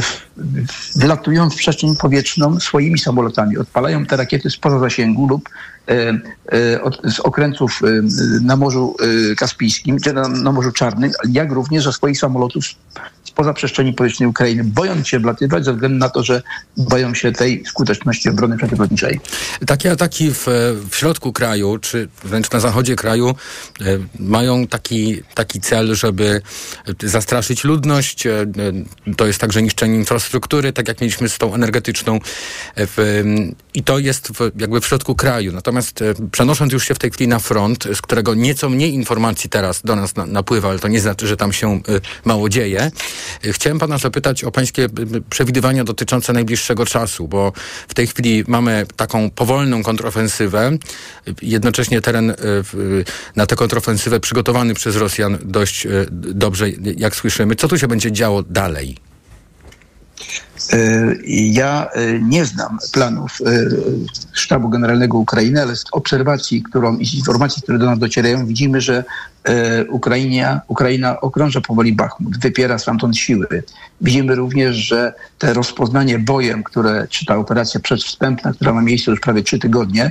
wlatują w przestrzeń powietrzną swoimi samolotami. Odpalają te rakiety spoza zasięgu lub e, e, od, z okrętów e, na Morzu e, Kaspijskim, czy na, na Morzu Czarnym, jak również ze swoich samolotów spoza przestrzeni powietrznej Ukrainy, bojąc się wlatywać ze względu na to, że boją się tej skuteczności obrony przeciwlotniczej. Takie ataki w, w środku kraju, czy wręcz na zachodzie kraju e, mają taki, taki cel, żeby zastraszyć ludność. E, to jest także niszczenie infrastruktury, tak jak mieliśmy z tą energetyczną. W, I to jest w, jakby w środku kraju. Natomiast e, przenosząc już się w tej chwili na front, z którego nieco mniej informacji teraz do nas na, napływa, ale to nie znaczy, że tam się e, mało dzieje. Chciałem pana zapytać o pańskie przewidywania dotyczące najbliższego czasu, bo w tej chwili mamy taką powolną kontrofensywę. Jednocześnie teren na tę kontrofensywę przygotowany przez Rosjan dość dobrze, jak słyszymy. Co tu się będzie działo dalej? Ja nie znam planów Sztabu Generalnego Ukrainy, ale z obserwacji, którą i z informacji, które do nas docierają, widzimy, że Ukraina, Ukraina okrąża powoli Bachmut, wypiera stamtąd siły. Widzimy również, że te rozpoznanie bojem, które, czy ta operacja przedwstępna, która ma miejsce już prawie trzy tygodnie,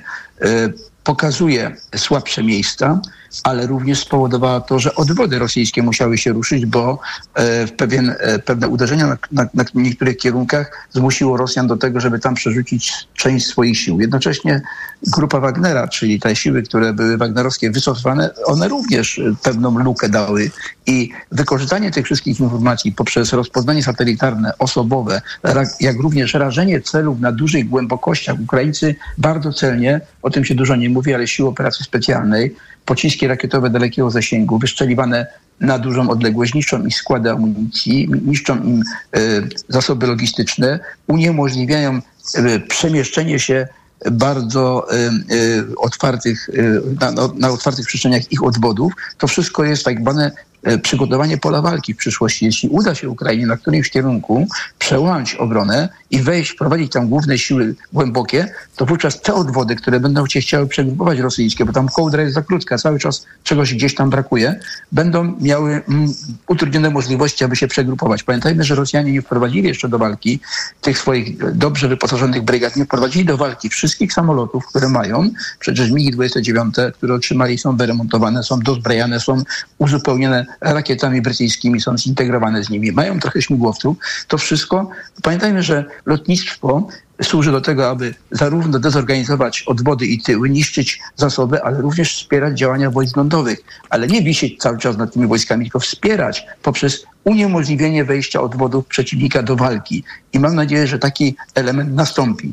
pokazuje słabsze miejsca, ale również spowodowała to, że odwody rosyjskie musiały się ruszyć, bo w pewien, pewne uderzenia na, na, na niektórych kierunkach zmusiło Rosjan do tego, żeby tam przerzucić część swoich sił. Jednocześnie grupa Wagnera, czyli te siły, które były wagnerowskie wycofane, one również pewną lukę dały i wykorzystanie tych wszystkich informacji poprzez rozpoznanie satelitarne, osobowe, jak również rażenie celów na dużych głębokościach. Ukraińcy bardzo celnie, o tym się dużo nie mówi, ale siły operacji specjalnej, pociski rakietowe dalekiego zasięgu, wyszczeliwane na dużą odległość, niszczą im składy amunicji, niszczą im y, zasoby logistyczne, uniemożliwiają y, przemieszczenie się bardzo y, y, otwartych, y, na, na otwartych przestrzeniach ich odwodów. To wszystko jest tak zwane przygotowanie pola walki w przyszłości. Jeśli uda się Ukrainie na którymś kierunku przełamać obronę i wejść, wprowadzić tam główne siły głębokie, to wówczas te odwody, które będą się chciały przegrupować rosyjskie, bo tam kołdra jest za krótka, cały czas czegoś gdzieś tam brakuje, będą miały mm, utrudnione możliwości, aby się przegrupować. Pamiętajmy, że Rosjanie nie wprowadzili jeszcze do walki tych swoich dobrze wyposażonych brygad, nie wprowadzili do walki wszystkich samolotów, które mają. Przecież MiG dwadzieścia dziewięć, które otrzymali, są wyremontowane, są dozbrajane, są uzupełnione rakietami brytyjskimi, są zintegrowane z nimi, mają trochę śmigłowców. To wszystko, pamiętajmy, że lotnictwo służy do tego, aby zarówno dezorganizować odwody i tyły, niszczyć zasoby, ale również wspierać działania wojsk lądowych. Ale nie wisieć cały czas nad tymi wojskami, tylko wspierać poprzez uniemożliwienie wejścia odwodów przeciwnika do walki. I mam nadzieję, że taki element nastąpi.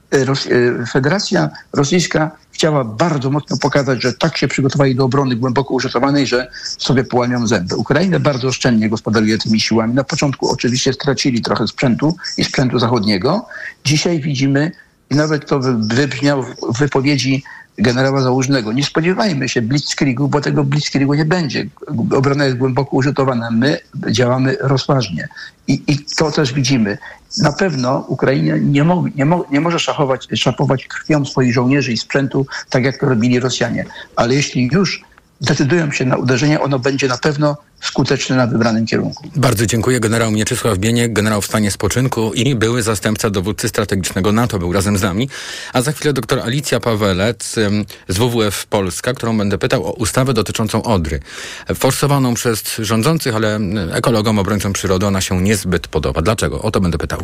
Federacja Rosyjska chciała bardzo mocno pokazać, że tak się przygotowali do obrony głęboko uszykowanej, że sobie połamią zęby. Ukraina bardzo oszczędnie gospodaruje tymi siłami. Na początku oczywiście stracili trochę sprzętu i sprzętu zachodniego. Dzisiaj widzimy, i nawet to wybrzmiało w wypowiedzi generała Załużnego, nie spodziewajmy się blitzkriegu, bo tego blitzkriegu nie będzie. Obrona jest głęboko użytowana. My działamy rozważnie. I, i to też widzimy. Na pewno Ukraina nie, mo, nie, mo, nie może szachować, szapować krwią swoich żołnierzy i sprzętu, tak jak to robili Rosjanie. Ale jeśli już decydują się na uderzenie, ono będzie na pewno skuteczne na wybranym kierunku. Bardzo dziękuję. Generał Mieczysław Bieniek, generał w stanie spoczynku i były zastępca dowódcy strategicznego NATO, był razem z nami. A za chwilę doktor Alicja Pawelec z W W F Polska, którą będę pytał o ustawę dotyczącą Odry. Forsowaną przez rządzących, ale ekologom, obrońcom przyrody ona się niezbyt podoba. Dlaczego? O to będę pytał.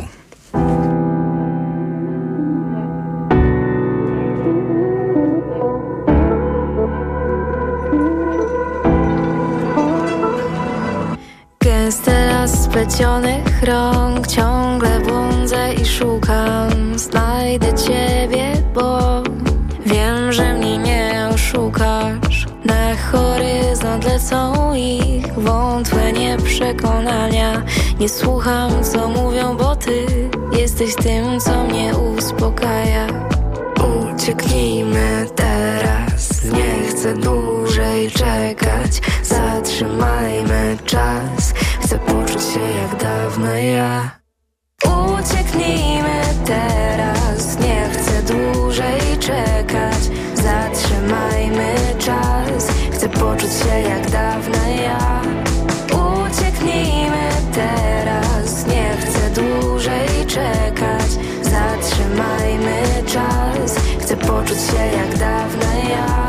Splecionych rąk ciągle błądzę i szukam. Znajdę ciebie, bo wiem, że mnie nie oszukasz. Na horyzont lecą ich wątłe nieprzekonania. Nie słucham, co mówią, bo ty jesteś tym, co mnie uspokaja. Ucieknijmy teraz, nie chcę dłużej czekać. Zatrzymajmy czas, chcę poczuć się jak dawno ja. Ucieknijmy teraz, nie chcę dłużej czekać. Zatrzymajmy czas, chcę poczuć się jak dawno ja. Ucieknijmy teraz, nie chcę dłużej czekać. Zatrzymajmy czas, chcę poczuć się jak dawno ja.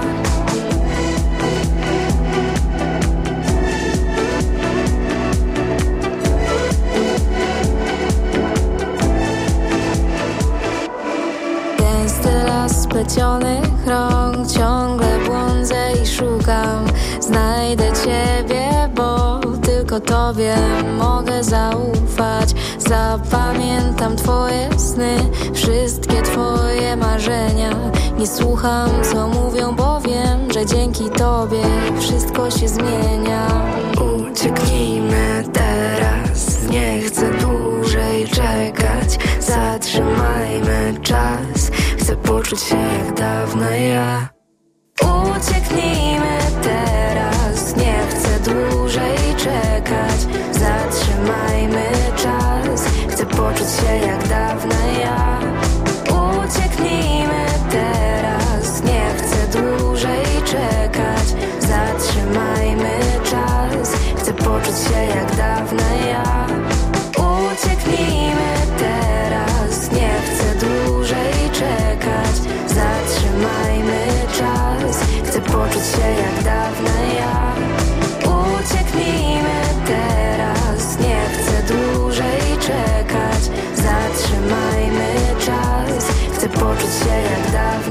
Splecionych rąk ciągle błądzę i szukam. Znajdę ciebie, bo tylko tobie mogę zaufać. Zapamiętam twoje sny, wszystkie twoje marzenia. Nie słucham, co mówią, bo wiem, że dzięki tobie wszystko się zmienia. Ucieknijmy teraz, nie chcę dłużej czekać. Zatrzymajmy czas, chcę poczuć się jak dawno ja. Ucieknijmy teraz, nie chcę dłużej czekać. Zatrzymajmy czas, chcę poczuć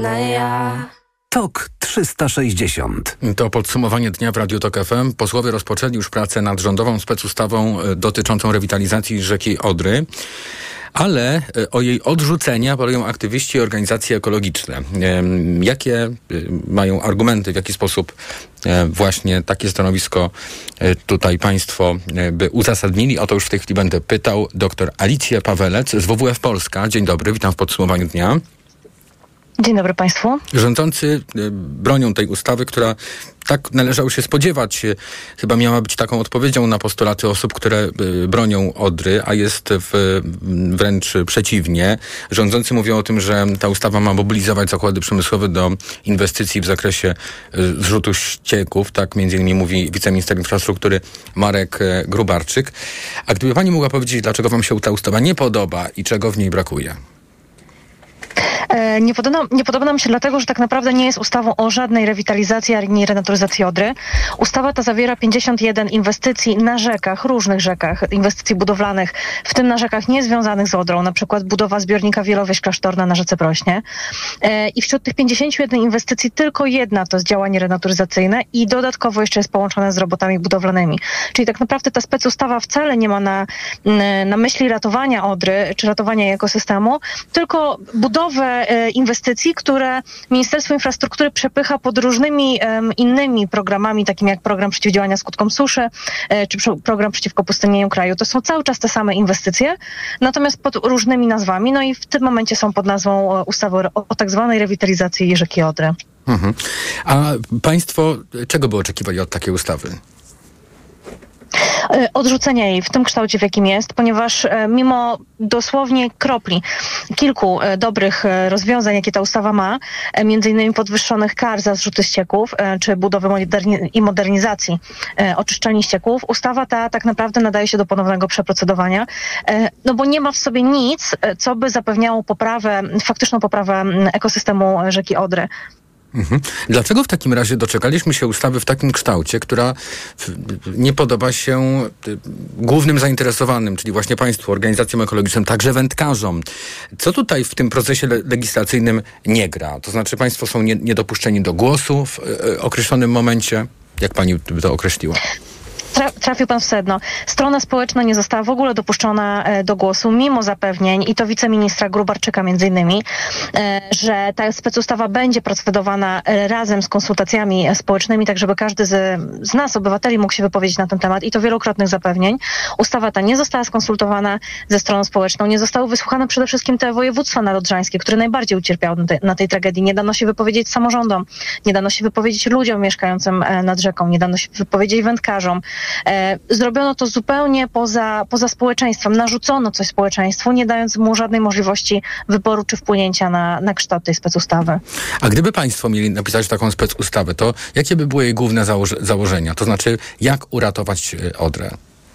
dawna ja. Tok trzysta sześćdziesiąt. To podsumowanie dnia w Radiu Tok F M. Posłowie rozpoczęli już pracę nad rządową specustawą dotyczącą rewitalizacji rzeki Odry. Ale o jej odrzucenie apelują aktywiści i organizacje ekologiczne. Jakie mają argumenty, w jaki sposób właśnie takie stanowisko tutaj państwo by uzasadnili? O to już w tej chwili będę pytał dr Alicję Pawelec z W W F Polska. Dzień dobry, witam w podsumowaniu dnia. Dzień dobry Państwu. Rządzący bronią tej ustawy, która, tak należało się spodziewać, chyba miała być taką odpowiedzią na postulaty osób, które bronią Odry, a jest w, wręcz przeciwnie. Rządzący mówią o tym, że ta ustawa ma mobilizować zakłady przemysłowe do inwestycji w zakresie zrzutu ścieków, tak między innymi mówi wiceminister infrastruktury Marek Gróbarczyk. A gdyby pani mogła powiedzieć, dlaczego wam się ta ustawa nie podoba i czego w niej brakuje? Nie podoba, nie podoba nam się dlatego, że tak naprawdę nie jest ustawą o żadnej rewitalizacji ani renaturyzacji Odry. Ustawa ta zawiera pięćdziesiąt jeden inwestycji na rzekach, różnych rzekach, inwestycji budowlanych, w tym na rzekach niezwiązanych z Odrą, na przykład budowa zbiornika Wielowieś Klasztorna na rzece Prośnie. I wśród tych pięćdziesięciu jeden inwestycji tylko jedna to jest działanie renaturyzacyjne i dodatkowo jeszcze jest połączone z robotami budowlanymi. Czyli tak naprawdę ta specustawa wcale nie ma na, na myśli ratowania Odry, czy ratowania jej ekosystemu, tylko budowę inwestycji, które Ministerstwo Infrastruktury przepycha pod różnymi um, innymi programami, takimi jak program przeciwdziałania skutkom suszy, e, czy pr- program przeciwko pustynieniu kraju. To są cały czas te same inwestycje, natomiast pod różnymi nazwami. No i w tym momencie są pod nazwą ustawy o, o tak zwanej rewitalizacji rzeki Odry. Mhm. A państwo czego by oczekiwali od takiej ustawy? Odrzucenia jej w tym kształcie, w jakim jest, ponieważ mimo dosłownie kropli, kilku dobrych rozwiązań, jakie ta ustawa ma, między innymi podwyższonych kar za zrzuty ścieków, czy budowy moderni- i modernizacji oczyszczalni ścieków, ustawa ta tak naprawdę nadaje się do ponownego przeprocedowania, no bo nie ma w sobie nic, co by zapewniało poprawę, faktyczną poprawę ekosystemu rzeki Odry. Mhm. Dlaczego w takim razie doczekaliśmy się ustawy w takim kształcie, która nie podoba się głównym zainteresowanym, czyli właśnie państwu, organizacjom ekologicznym, także wędkarzom? Co tutaj w tym procesie legislacyjnym nie gra? To znaczy państwo są nie, niedopuszczeni do głosu w określonym momencie? Jak pani by to określiła? Trafił pan w sedno. Strona społeczna nie została w ogóle dopuszczona do głosu, mimo zapewnień, i to wiceministra Gróbarczyka między innymi, że ta specustawa będzie procedowana razem z konsultacjami społecznymi, tak żeby każdy z, z nas, obywateli, mógł się wypowiedzieć na ten temat, i to wielokrotnych zapewnień. Ustawa ta nie została skonsultowana ze stroną społeczną, nie zostały wysłuchane przede wszystkim te województwa narodrzańskie, które najbardziej ucierpiały na, te, na tej tragedii. Nie dano się wypowiedzieć samorządom, nie dano się wypowiedzieć ludziom mieszkającym nad rzeką, nie dano się wypowiedzieć wędkarzom. E, zrobiono to zupełnie poza, poza społeczeństwem. Narzucono coś społeczeństwu, nie dając mu żadnej możliwości wyboru czy wpłynięcia na, na kształt tej specustawy. A gdyby państwo mieli napisać taką specustawę, to jakie by były jej główne założ- założenia? To znaczy, jak uratować Odrę?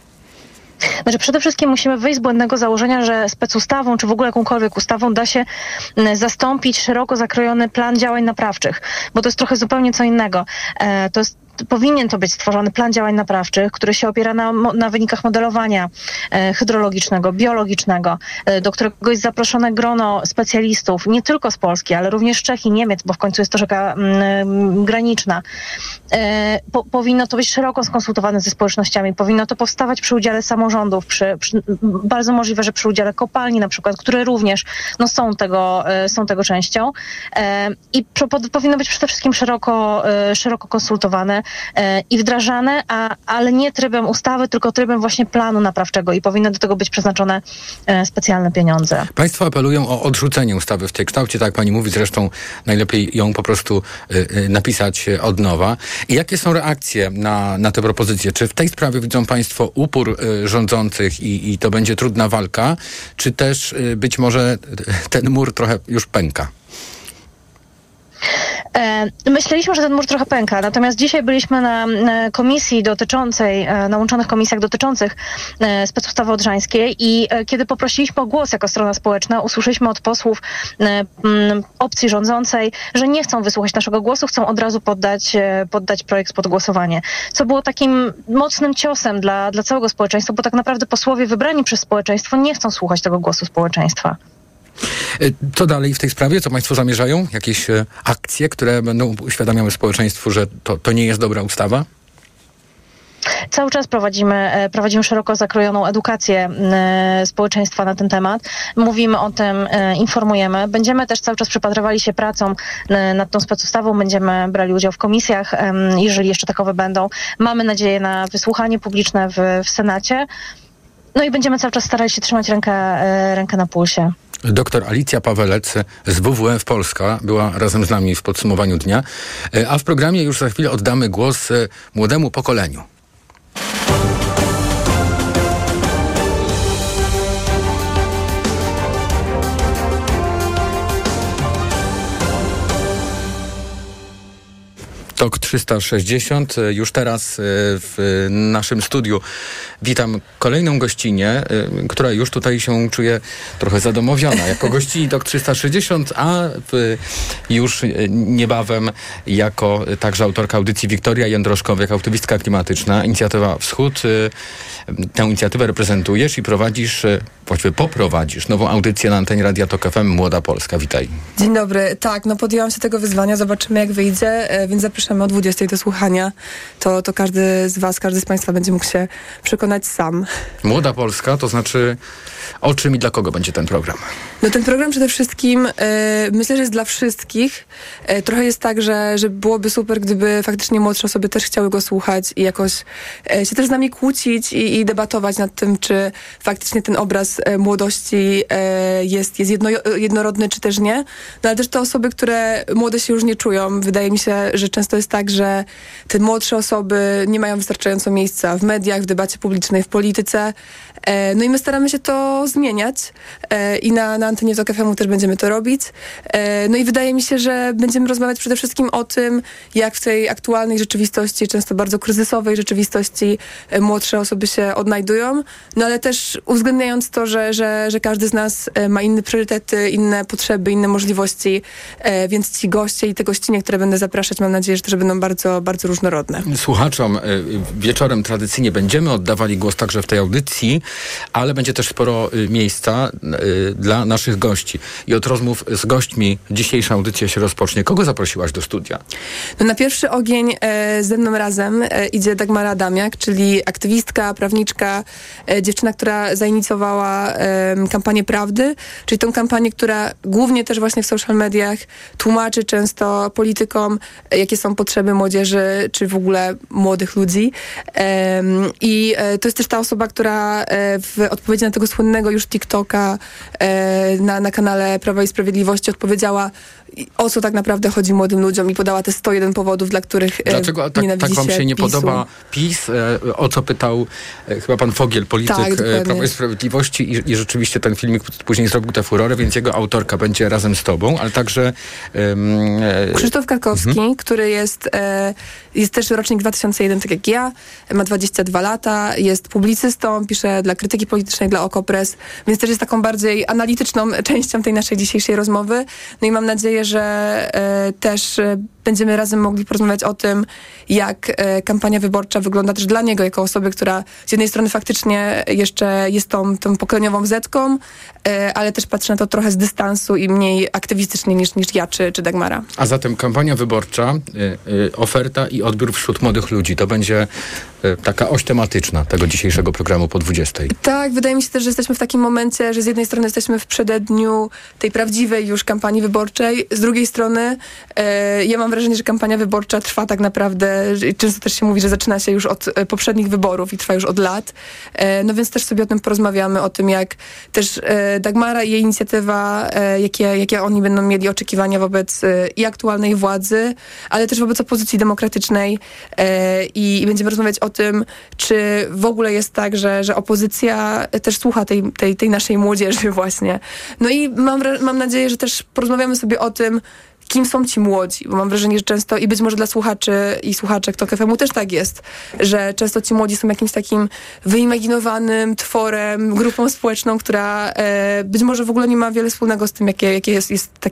Znaczy, przede wszystkim musimy wyjść z błędnego założenia, że specustawą, czy w ogóle jakąkolwiek ustawą da się zastąpić szeroko zakrojony plan działań naprawczych, bo to jest trochę zupełnie co innego. E, to jest Powinien to być stworzony plan działań naprawczych, który się opiera na, na wynikach modelowania e, hydrologicznego, biologicznego, e, do którego jest zaproszone grono specjalistów, nie tylko z Polski, ale również z Czech i Niemiec, bo w końcu jest to rzeka m, graniczna. E, po, powinno to być szeroko skonsultowane ze społecznościami, powinno to powstawać przy udziale samorządów, przy, przy, bardzo możliwe, że przy udziale kopalni na przykład, które również no, są, tego, e, są tego częścią. E, I pro, po, powinno być przede wszystkim szeroko, e, szeroko konsultowane i wdrażane, a, ale nie trybem ustawy, tylko trybem właśnie planu naprawczego, i powinny do tego być przeznaczone e, specjalne pieniądze. Państwo apelują o odrzucenie ustawy w tej kształcie, tak jak pani mówi, zresztą najlepiej ją po prostu y, y, napisać od nowa. I jakie są reakcje na, na te propozycje? Czy w tej sprawie widzą państwo upór y, rządzących i, i to będzie trudna walka, czy też y, być może ten mur trochę już pęka? Myśleliśmy, że ten mur trochę pęka, natomiast dzisiaj byliśmy na komisji dotyczącej, na łączonych komisjach dotyczących specustawy odrzańskiej, i kiedy poprosiliśmy o głos jako strona społeczna, usłyszeliśmy od posłów opcji rządzącej, że nie chcą wysłuchać naszego głosu, chcą od razu poddać, poddać projekt pod głosowanie, co było takim mocnym ciosem dla, dla całego społeczeństwa, bo tak naprawdę posłowie wybrani przez społeczeństwo nie chcą słuchać tego głosu społeczeństwa. Co dalej w tej sprawie? Co państwo zamierzają? Jakieś akcje, które będą uświadamiały społeczeństwu, że to, to nie jest dobra ustawa? Cały czas prowadzimy, prowadzimy szeroko zakrojoną edukację społeczeństwa na ten temat. Mówimy o tym, informujemy. Będziemy też cały czas przypatrywali się pracom nad tą specustawą. Będziemy brali udział w komisjach, jeżeli jeszcze takowe będą. Mamy nadzieję na wysłuchanie publiczne w, w Senacie. No i będziemy cały czas starali się trzymać rękę, rękę na pulsie. Doktor Alicja Pawelec z W W F Polska była razem z nami w podsumowaniu dnia. A w programie już za chwilę oddamy głos młodemu pokoleniu. Tok trzysta sześćdziesiąt. Już teraz w naszym studiu witam kolejną gościnię, która już tutaj się czuje trochę zadomowiona jako gościni Tok trzysta sześćdziesiąt, a już niebawem jako także autorka audycji Wiktoria Jędroszkowiak, aktywistka klimatyczna, Inicjatywa Wschód. Tę inicjatywę reprezentujesz i prowadzisz, właściwie poprowadzisz nową audycję na antenie Radia Tok F M Młoda Polska. Witaj. Dzień dobry. Tak, no podjęłam się tego wyzwania, zobaczymy jak wyjdzie, więc zapraszamy o dwudziestej do słuchania. To, to każdy z was, każdy z państwa będzie mógł się przekonać sam. Młoda Polska, to znaczy o czym i dla kogo będzie ten program? No ten program przede wszystkim y, myślę, że jest dla wszystkich. Y, trochę jest tak, że, że byłoby super, gdyby faktycznie młodsze osoby też chciały go słuchać i jakoś y, się też z nami kłócić i, i debatować nad tym, czy faktycznie ten obraz y, młodości y, jest, jest jedno, jednorodny, czy też nie. No ale też te osoby, które młode się już nie czują. Wydaje mi się, że często jest tak, że te młodsze osoby nie mają wystarczająco miejsca w mediach, w debacie publicznej, w polityce. Y, no i my staramy się to zmieniać y, i na, na antenie Tok F M też będziemy to robić. Y, no i wydaje mi się, że będziemy rozmawiać przede wszystkim o tym, jak w tej aktualnej rzeczywistości, często bardzo kryzysowej rzeczywistości y, młodsze osoby się odnajdują, no ale też uwzględniając to, że, że, że każdy z nas y, ma inne priorytety, inne potrzeby, inne możliwości, y, więc ci goście i te gościnie, które będę zapraszać, mam nadzieję, że też będą bardzo, bardzo różnorodne. Słuchaczom y, wieczorem tradycyjnie będziemy oddawali głos także w tej audycji, ale będzie też sporo y, miejsca y, dla naszych gości. I od rozmów z gośćmi dzisiejsza audycja się rozpocznie. Kogo zaprosiłaś do studia? No na pierwszy ogień e, ze mną razem e, idzie Dagmara Adamiak, czyli aktywistka, prawniczka, e, dziewczyna, która zainicjowała e, kampanię Prawdy, czyli tą kampanię, która głównie też właśnie w social mediach tłumaczy często politykom, e, jakie są potrzeby młodzieży, czy w ogóle młodych ludzi. E, I e, to jest też ta osoba, która e, w odpowiedzi na tego słynnego już TikToka e, na, na kanale Prawa i Sprawiedliwości odpowiedziała, o co tak naprawdę chodzi młodym ludziom i podała te sto jeden powodów, dla których e, Dlaczego tak, tak wam się nie PiSu. podoba PiS? E, o co pytał e, chyba pan Fogiel, polityk tak, e, Prawa i Sprawiedliwości i, i rzeczywiście ten filmik później zrobił tę furorę, więc jego autorka będzie razem z tobą, ale także e, Krzysztof Karkowski, mhm. który jest, e, jest też rocznik dwa tysiące jeden, tak jak ja, ma dwadzieścia dwa lata, jest publicystą, pisze dla Krytyki Politycznej, dla Okopres, więc też jest taką bardziej analityczną częścią tej naszej dzisiejszej rozmowy. No i mam nadzieję, że e, też e, będziemy razem mogli porozmawiać o tym, jak e, kampania wyborcza wygląda też dla niego, jako osoby, która z jednej strony faktycznie jeszcze jest tą, tą pokoleniową zetką, e, ale też patrzy na to trochę z dystansu i mniej aktywistycznie niż, niż ja czy, czy Dagmara. A zatem kampania wyborcza, y, y, oferta i odbiór wśród młodych ludzi, to będzie y, taka oś tematyczna tego dzisiejszego programu po dwudziestej. Tak, wydaje mi się też, że jesteśmy w takim momencie, że z jednej strony jesteśmy w przededniu tej prawdziwej już kampanii wyborczej, z drugiej strony e, ja mam wrażenie, że kampania wyborcza trwa tak naprawdę, często też się mówi, że zaczyna się już od e, poprzednich wyborów i trwa już od lat. E, no więc też sobie o tym porozmawiamy, o tym jak też e, Dagmara i jej inicjatywa, e, jakie, jakie oni będą mieli oczekiwania wobec e, i aktualnej władzy, ale też wobec opozycji demokratycznej e, i, i będziemy rozmawiać o tym, czy w ogóle jest tak, że, że opozycja też słucha tej, tej, tej naszej młodzieży właśnie. No i mam, mam nadzieję, że też porozmawiamy sobie o tym, kim są ci młodzi, bo mam wrażenie, że często i być może dla słuchaczy i słuchaczek Tok F M-u też tak jest, że często ci młodzi są jakimś takim wyimaginowanym tworem, grupą społeczną, która e, być może w ogóle nie ma wiele wspólnego z tym, jakie, jakie jest, jest takie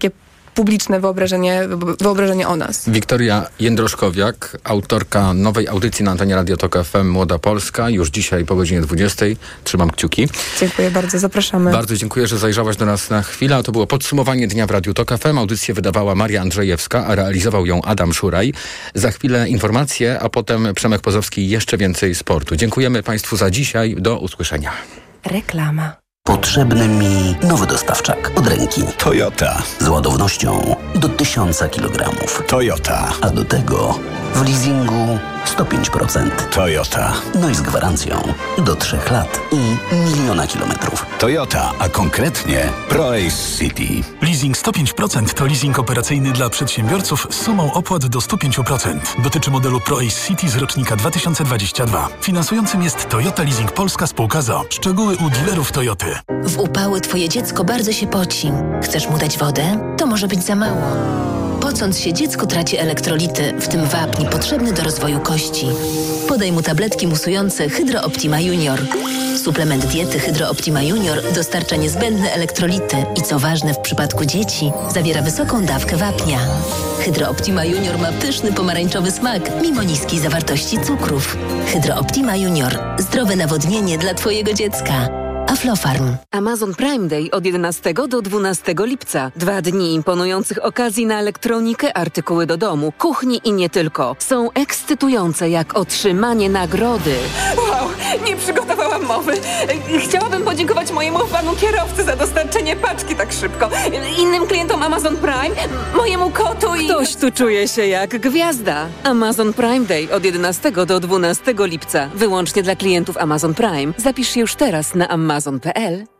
publiczne wyobrażenie, wyobrażenie o nas. Wiktoria Jędroszkowiak, autorka nowej audycji na antenie Radio Tok F M Młoda Polska, już dzisiaj po godzinie dwudziestej. Trzymam kciuki. Dziękuję bardzo, zapraszamy. Bardzo dziękuję, że zajrzałaś do nas na chwilę. A to było podsumowanie dnia w Radiu Tok F M. Audycję wydawała Maria Andrzejewska, a realizował ją Adam Szuraj. Za chwilę informacje, a potem Przemek Pozowski i jeszcze więcej sportu. Dziękujemy Państwu za dzisiaj. Do usłyszenia. Reklama. Potrzebny mi nowy dostawczak od ręki. Toyota. Z ładownością do tysiąca kilogramów. Toyota. A do tego w leasingu sto pięć procent. Toyota. No i z gwarancją do trzech lat i miliona kilometrów. Toyota, a konkretnie ProAce City. Leasing sto pięć procent to leasing operacyjny dla przedsiębiorców z sumą opłat do sto pięć procent. Dotyczy modelu ProAce City z rocznika dwa tysiące dwudziestego drugiego. Finansującym jest Toyota Leasing Polska Spółka z o o. Szczegóły u dealerów Toyoty. W upały twoje dziecko bardzo się poci. Chcesz mu dać wodę? To może być za mało. Pocąc się, dziecko traci elektrolity, w tym wapń potrzebny do rozwoju kości. Podaj mu tabletki musujące Hydro Optima Junior. Suplement diety Hydro Optima Junior dostarcza niezbędne elektrolity i co ważne w przypadku dzieci, zawiera wysoką dawkę wapnia. Hydro Optima Junior ma pyszny pomarańczowy smak, mimo niskiej zawartości cukrów. Hydro Optima Junior. Zdrowe nawodnienie dla twojego dziecka. Aflofarm. Amazon Prime Day od jedenastego do dwunastego lipca. Dwa dni imponujących okazji na elektronikę, artykuły do domu, kuchni i nie tylko. Są ekscytujące jak otrzymanie nagrody. Wow, nie przygotowałam mowy. Chciałabym podziękować mojemu panu kierowcy za dostarczenie paczki tak szybko. Innym klientom Amazon Prime, mojemu kotu i... Ktoś tu czuje się jak gwiazda. Amazon Prime Day od jedenastego do dwunastego lipca. Wyłącznie dla klientów Amazon Prime. Zapisz się już teraz na amazon kropka p l